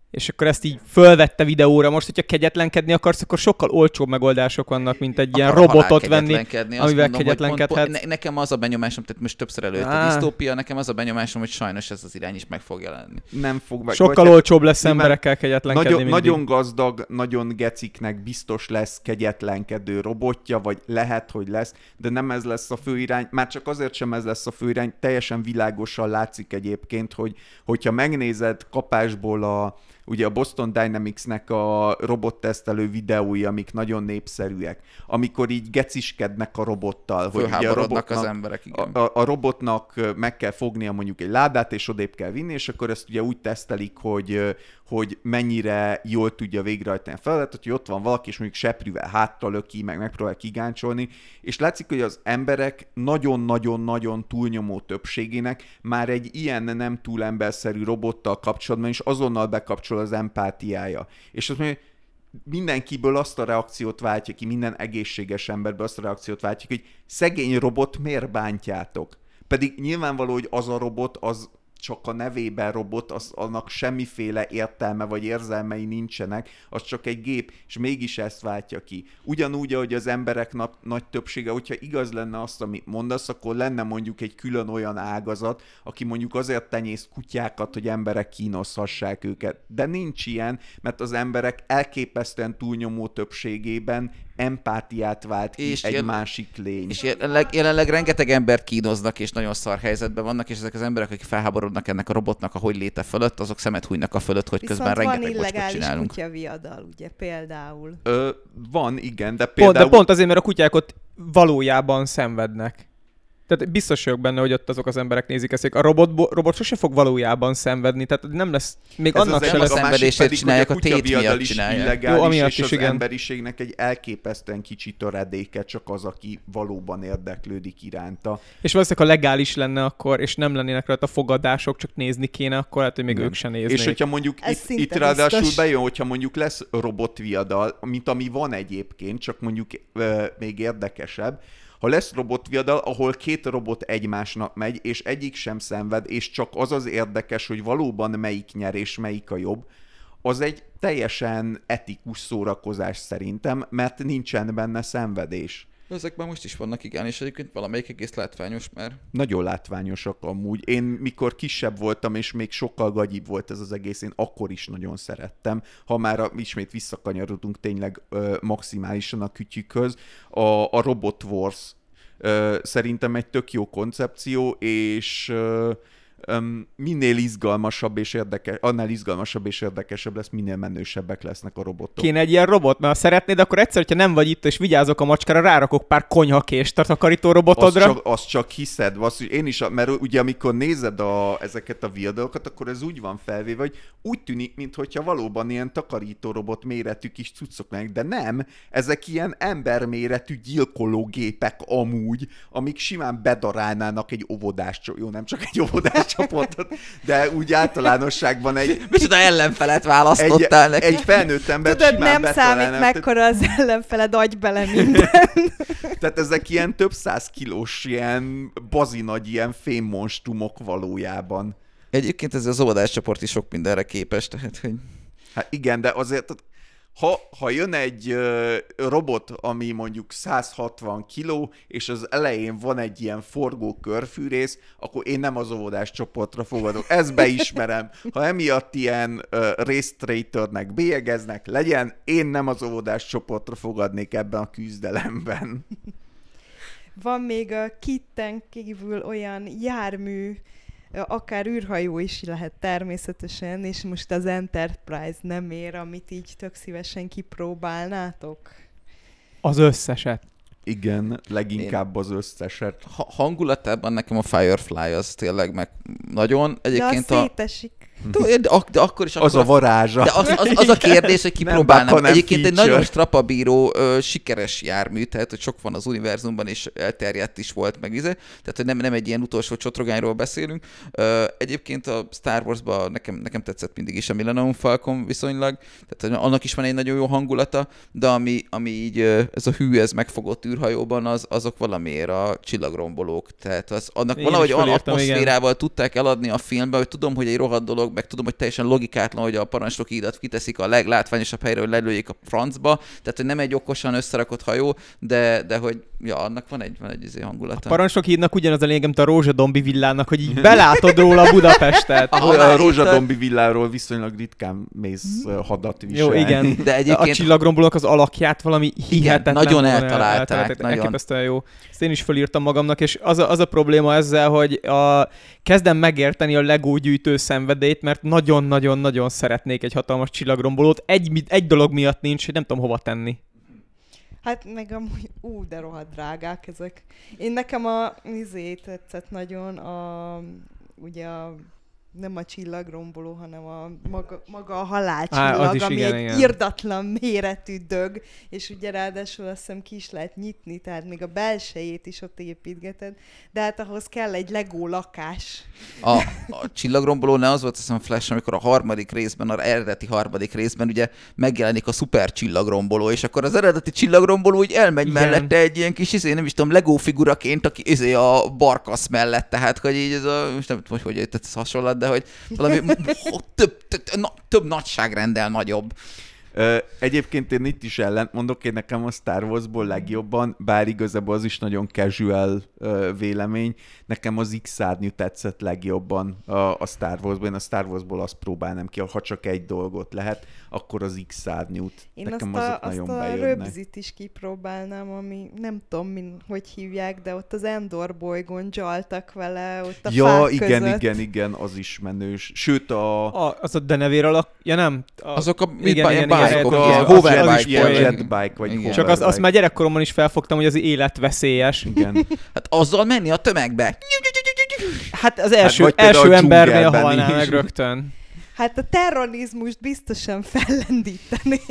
és akkor ezt így fölvette videóra. Most, hogyha kegyetlenkedni akarsz, akkor sokkal olcsóbb megoldások vannak, mint egy ilyen robotot venni, amivel kegyetlenkedhetsz. Nekem az a benyomásom, tehát most többször előtt a disztópia, nekem az a benyomásom, hogy sajnos ez az irány is meg fog jelenni. Nem fog meg. Sokkal olcsóbb lesz emberekkel kegyetlenkedni. Nagyon gazdag, nagyon geciknek biztos lesz kegyetlenkedő robotja, vagy lehet, hogy lesz, de nem ez lesz a főirány. Már csak azért sem ez lesz a főirány, teljesen világosan látszik egyébként, hogyha megnézed kapásból ugye a Boston Dynamics-nek a robottesztelő videói, amik nagyon népszerűek, amikor így geciskednek a robottal. Fölháborodnak az emberek, igen. A robotnak meg kell fognia mondjuk egy ládát, és odébb kell vinni, és akkor ezt ugye úgy tesztelik, hogy mennyire jól tudja végrehajtani a feladatot, hogy ott van valaki, és mondjuk seprűvel háttal löki, meg megpróbál kigáncsolni, és látszik, hogy az emberek nagyon-nagyon-nagyon túlnyomó többségének már egy ilyen nem túl emberszerű robottal kapcsolatban is azonnal bekapcsol az empátiája. És azt mondja, mindenkiből azt a reakciót váltja ki, minden egészséges emberből azt a reakciót váltja ki, hogy szegény robot, miért bántjátok? Pedig nyilvánvaló, hogy az a robot, az csak a nevében robot, annak semmiféle értelme vagy érzelmei nincsenek, az csak egy gép, és mégis ezt váltja ki. Ugyanúgy, ahogy az emberek nagy többsége, hogyha igaz lenne azt, amit mondasz, akkor lenne mondjuk egy külön olyan ágazat, aki mondjuk azért tenyészt kutyákat, hogy emberek kínozhassák őket. De nincs ilyen, mert az emberek elképesztően túlnyomó többségében empátiát vált ki egy másik lény. És jelenleg rengeteg embert kínoznak, és nagyon szar helyzetben vannak, és ezek az emberek, akik felháborodnak ennek a robotnak a hogy léte fölött, azok szemet hújnak a fölött, hogy közben rengeteg bocskot csinálunk. Viszont van illegális kutyaviadal, ugye, például. Van, igen, de például... De pont azért, mert a kutyák ott valójában szenvednek. Tehát biztos vagyok benne, hogy ott azok az emberek nézik ezt, hogy a robot sose fog valójában szenvedni, tehát nem lesz, még ez annak se lesz. A szenvedését csinálják, a tét miatt csinálják. Jó, amiatt és az emberiségnek egy elképesztően kicsi töredéke csak az, aki valóban érdeklődik iránta. És valószínűleg, ha legális lenne akkor, és nem lennének rajta fogadások, csak nézni kéne, akkor lehet, hogy még ők sem néznék. És hogyha mondjuk itt ráadásul bejön, hogyha mondjuk lesz robotviadal, mint ami van egyébként, csak mondjuk még érdekesebb, ha lesz robotviadal, ahol két robot egymásnak megy, és egyik sem szenved, és csak az érdekes, hogy valóban melyik nyer, és melyik a jobb, az egy teljesen etikus szórakozás szerintem, mert nincsen benne szenvedés. Ezek már most is vannak, igen, és egyébként valamelyik egész látványos már. Nagyon látványosak amúgy. Én mikor kisebb voltam, és még sokkal gagyibb volt ez az egész, én akkor is nagyon szerettem. Ha már ismét visszakanyarodunk tényleg maximálisan a kütyükhöz, a Robot Wars szerintem egy tök jó koncepció, és minél izgalmasabb és annál izgalmasabb és érdekesebb lesz, minél menősebbek lesznek a robotok. Kéne egy ilyen robot, mert ha szeretnéd, akkor egyszer, hogyha nem vagy itt és vigyázok a macskára, rárakok pár konyhakést a takarító robotodra. Azt csak hiszed, én is, mert ugye amikor nézed ezeket a viadalokat, akkor ez úgy van felvéve, hogy úgy tűnik, mintha valóban ilyen takarító robot méretű kis cuccok lennek, de nem, ezek ilyen emberméretű gyilkológépek amúgy, amik simán bedarálnának egy óvodás, jó, nem csak egy óvodás csapatot, de úgy általánosságban egy... Micsoda ellenfelet választottál neki? Egy felnőtt ember tudod, simán nem számít mekkora az ellenfeled, adj bele minden. Tehát ezek ilyen több 100 kilós, ilyen bazinagy, ilyen fémmonstrumok valójában. Egyébként ez az óvodás csoport is sok mindenre képes, tehát hogy... Hát igen, de azért... Ha jön egy robot, ami mondjuk 160 kiló, és az elején van egy ilyen forgó körfűrész, akkor én nem az óvodás csoportra fogadok. Ezt beismerem. Ha emiatt ilyen race traitornek bélyegeznek, legyen, én nem az óvodás csoportra fogadnék ebben a küzdelemben. Van még a kitten kívül olyan jármű, akár űrhajó is lehet természetesen, és most az Enterprise nem ér, amit így tök szívesen kipróbálnátok? Az összeset. Igen, leginkább az összeset. Hangulatában nekem a Firefly az tényleg meg nagyon. Egyébként de szétesik. De akkor is... Az a varázsa. De az a kérdés, hogy kipróbálnám. Egyébként egy nagyon strapabíró, sikeres jármű, tehát hogy sok van az univerzumban, és elterjedt is volt meg vize. Tehát, hogy nem egy ilyen utolsó csotrogányról beszélünk. Egyébként a Star Wars-ban nekem tetszett mindig is a Millennium Falcon viszonylag. Tehát annak is van egy nagyon jó hangulata, de ami így ez a hű, ez megfogott űrhajóban, azok valamiért a csillagrombolók. Tehát annak valahogy olyan atmoszférával tudták eladni a filmbe, hogy tudom, hogy egy rohadt dolog, dolog, meg tudom, hogy teljesen logikátlan, hogy a parancsnoki hídat kiteszik a leglátványosabb helyre, hogy lelőjék a francba, tehát hogy nem egy okosan összerakott hajó, de hogy ja, annak van egy hangulata. A parancsnoki hídnak ugyanaz a lényeg, mint a Rózsadombi villának, hogy így belátod róla Budapestet. A Rózsadombi villáról viszonylag ritkán mész hadat visel. Jó, igen. De egyébként... A csillagrombolók az alakját valami hihetetlen. Nagyon eltalálták. Elképesztően jó. Ezt én is felírtam magamnak, és az a probléma ezzel, hogy kezdem megérteni a Lego gyűjtő szenvedélyt, mert nagyon-nagyon-nagyon szeretnék egy hatalmas csillagrombolót. Egy dolog miatt nincs, hogy nem tudom hova tenni. Hát meg amúgy, de rohadt drágák ezek. Nekem tetszett nagyon, ugye nem a csillagromboló, hanem maga a halálcsillag, ami egy irdatlan méretű dög, és ugye ráadásul azt hiszem ki is lehet nyitni, tehát még a belsejét is ott építgeted, de hát ahhoz kell egy Lego lakás. A csillagromboló ne az volt, azt hiszem a Flash, amikor a harmadik részben, az eredeti harmadik részben ugye megjelenik a szuper csillagromboló, és akkor az eredeti csillagromboló úgy elmegy mellette egy ilyen kis, nem is tudom, Lego figuraként, aki a barkasz mellett, tehát hogy így ez most nem tudom, hogy ez hasonlat, de hogy valami több nagyságrendel nagyobb. Egyébként én itt is ellentmondok, én nekem a Star Warsból legjobban, bár igazából az is nagyon casual vélemény, nekem az X-szárnyú tetszett legjobban a Star Warsból. Én a Star Warsból azt próbálnám ki, ha csak egy dolgot lehet, akkor az X-szárnyút. Én nekem azt a röbzit is kipróbálnám, ami nem tudom, hogy hívják, de ott az Endor bolygón dzsaltak vele, ott a fák között. Igen, az is menős. Sőt az a denevér alak... Ja nem? Azok a jetbike vagy csak azt már gyerekkoromban is felfogtam, hogy az életveszélyes. Igen. Hát azzal menni a tömegbe. Hát az első embernél halnál meg rögtön. Hát a terrorizmust biztosan fellendíteni.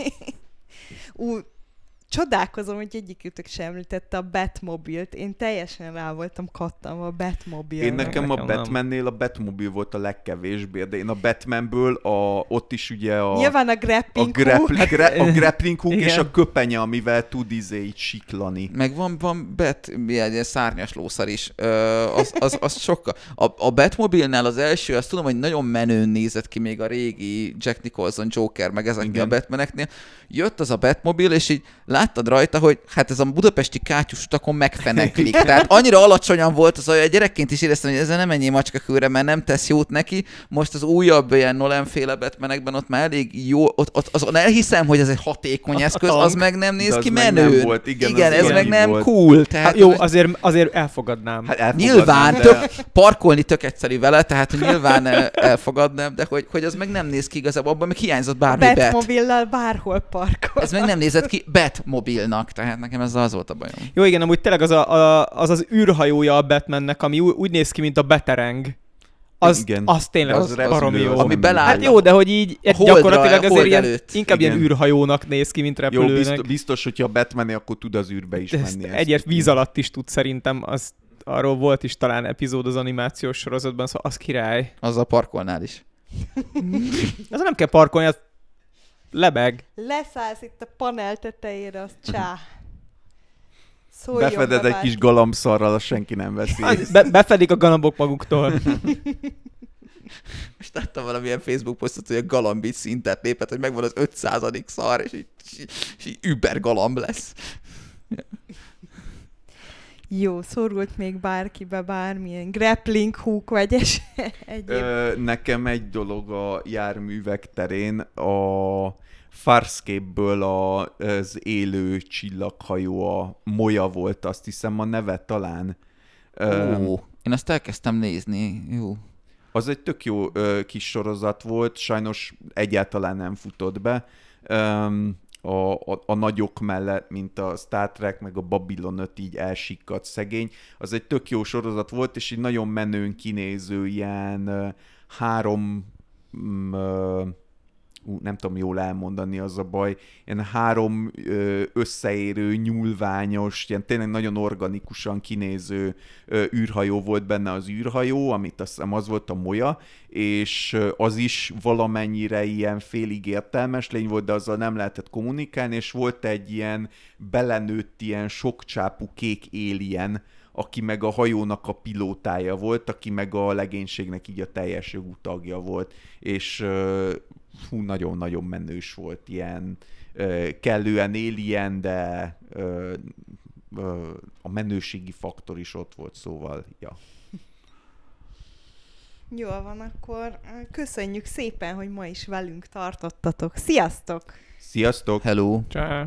Csodálkozom, hogy egyikütök sem említette a Batmobilt. Én teljesen rá voltam kattam a Batmobilra. Én nekem a Batmannél a Batmobil volt a legkevésbé, de én a Batmanből ott is ugye nyilván a grappling hook. A grappling hook és a köpenye, amivel tud így siklani. Meg van ilyen szárnyas lószar is. Az sokkal. A Batmobilnál az első, azt tudom, hogy nagyon menőn nézett ki még a régi Jack Nicholson Joker, meg ezeknél a Batmaneknél. Jött az a Batmobil, és így láttad rajta, hogy hát ez a budapesti kátyus utakon megfeneklik. Tehát annyira alacsonyan volt az, hogy gyerekként is éreztem, hogy ezzel nem ennyi macskakőre, mert nem tesz jót neki. Most az újabb ilyen Nolan-féle Batmanekben ott már elég jó, ott azon elhiszem, hogy ez egy hatékony eszköz, az meg nem néz ki menőn. Igen, ez meg nem volt. Cool. Tehát, hát jó, azért elfogadnám. Hát nyilván, parkolni tök egyszerű vele, tehát nyilván elfogadnám, de hogy az meg nem néz ki igazából, abban meg hiányzott bármi Batmobillal bárhol parkol. Ez meg nem nézett ki Batmobilnak, tehát nekem ez az volt a bajom. Jó, igen, amúgy tényleg az űrhajója a Batmannek, ami úgy néz ki, mint a Betereng. Az tényleg az baromi jó. Ami beláll. Hát jó, de hogy így gyakorlatilag azért inkább ilyen űrhajónak néz ki, mint repülőnek. Jó, biztos, hogyha a Batman akkor tud az űrbe is menni. Egyet víz alatt is tud szerintem, arról volt is talán epizód az animációs sorozatban, szóval az király. Azzal parkolnál is. Az nem kell parkolni, az lebeg. Leszállsz itt a panel tetejére, az csá. Befeded egy kis galambszarral, azt senki nem veszi. Befedik a galambok maguktól. Most láttam valamilyen Facebook posztot, hogy a galambit szintet lépett, hogy megvan az 500. szar, és így über galamb lesz. Jó, szorult még bárkibe bármilyen grappling hook vagy egyéb? Nekem egy dolog a járművek terén, a Farscape-ből az élő csillaghajó, a Moja volt, azt hiszem a neve talán. Én azt elkezdtem nézni, jó. Az egy tök jó kis sorozat volt, sajnos egyáltalán nem futott be. A nagyok mellett, mint a Star Trek, meg a Babylon 5 így elsikkadt szegény. Az egy tök jó sorozat volt, és egy nagyon menőn kinéző ilyen nem tudom jól elmondani, az a baj, ilyen 3 összeérő, nyúlványos, ilyen tényleg nagyon organikusan kinéző űrhajó volt benne az űrhajó, amit azt hiszem az volt a Moja, és az is valamennyire ilyen félig értelmes lény volt, de azzal nem lehetett kommunikálni, és volt egy ilyen belenőtt, ilyen sokcsápú kék alien aki meg a hajónak a pilótája volt, aki meg a legénységnek így a teljes jogú tagja volt, és nagyon-nagyon menős volt, ilyen kellően alien, de a menőségi faktor is ott volt, szóval, ja. Jól van, akkor köszönjük szépen, hogy ma is velünk tartottatok. Sziasztok! Sziasztok! Hello! Ciao.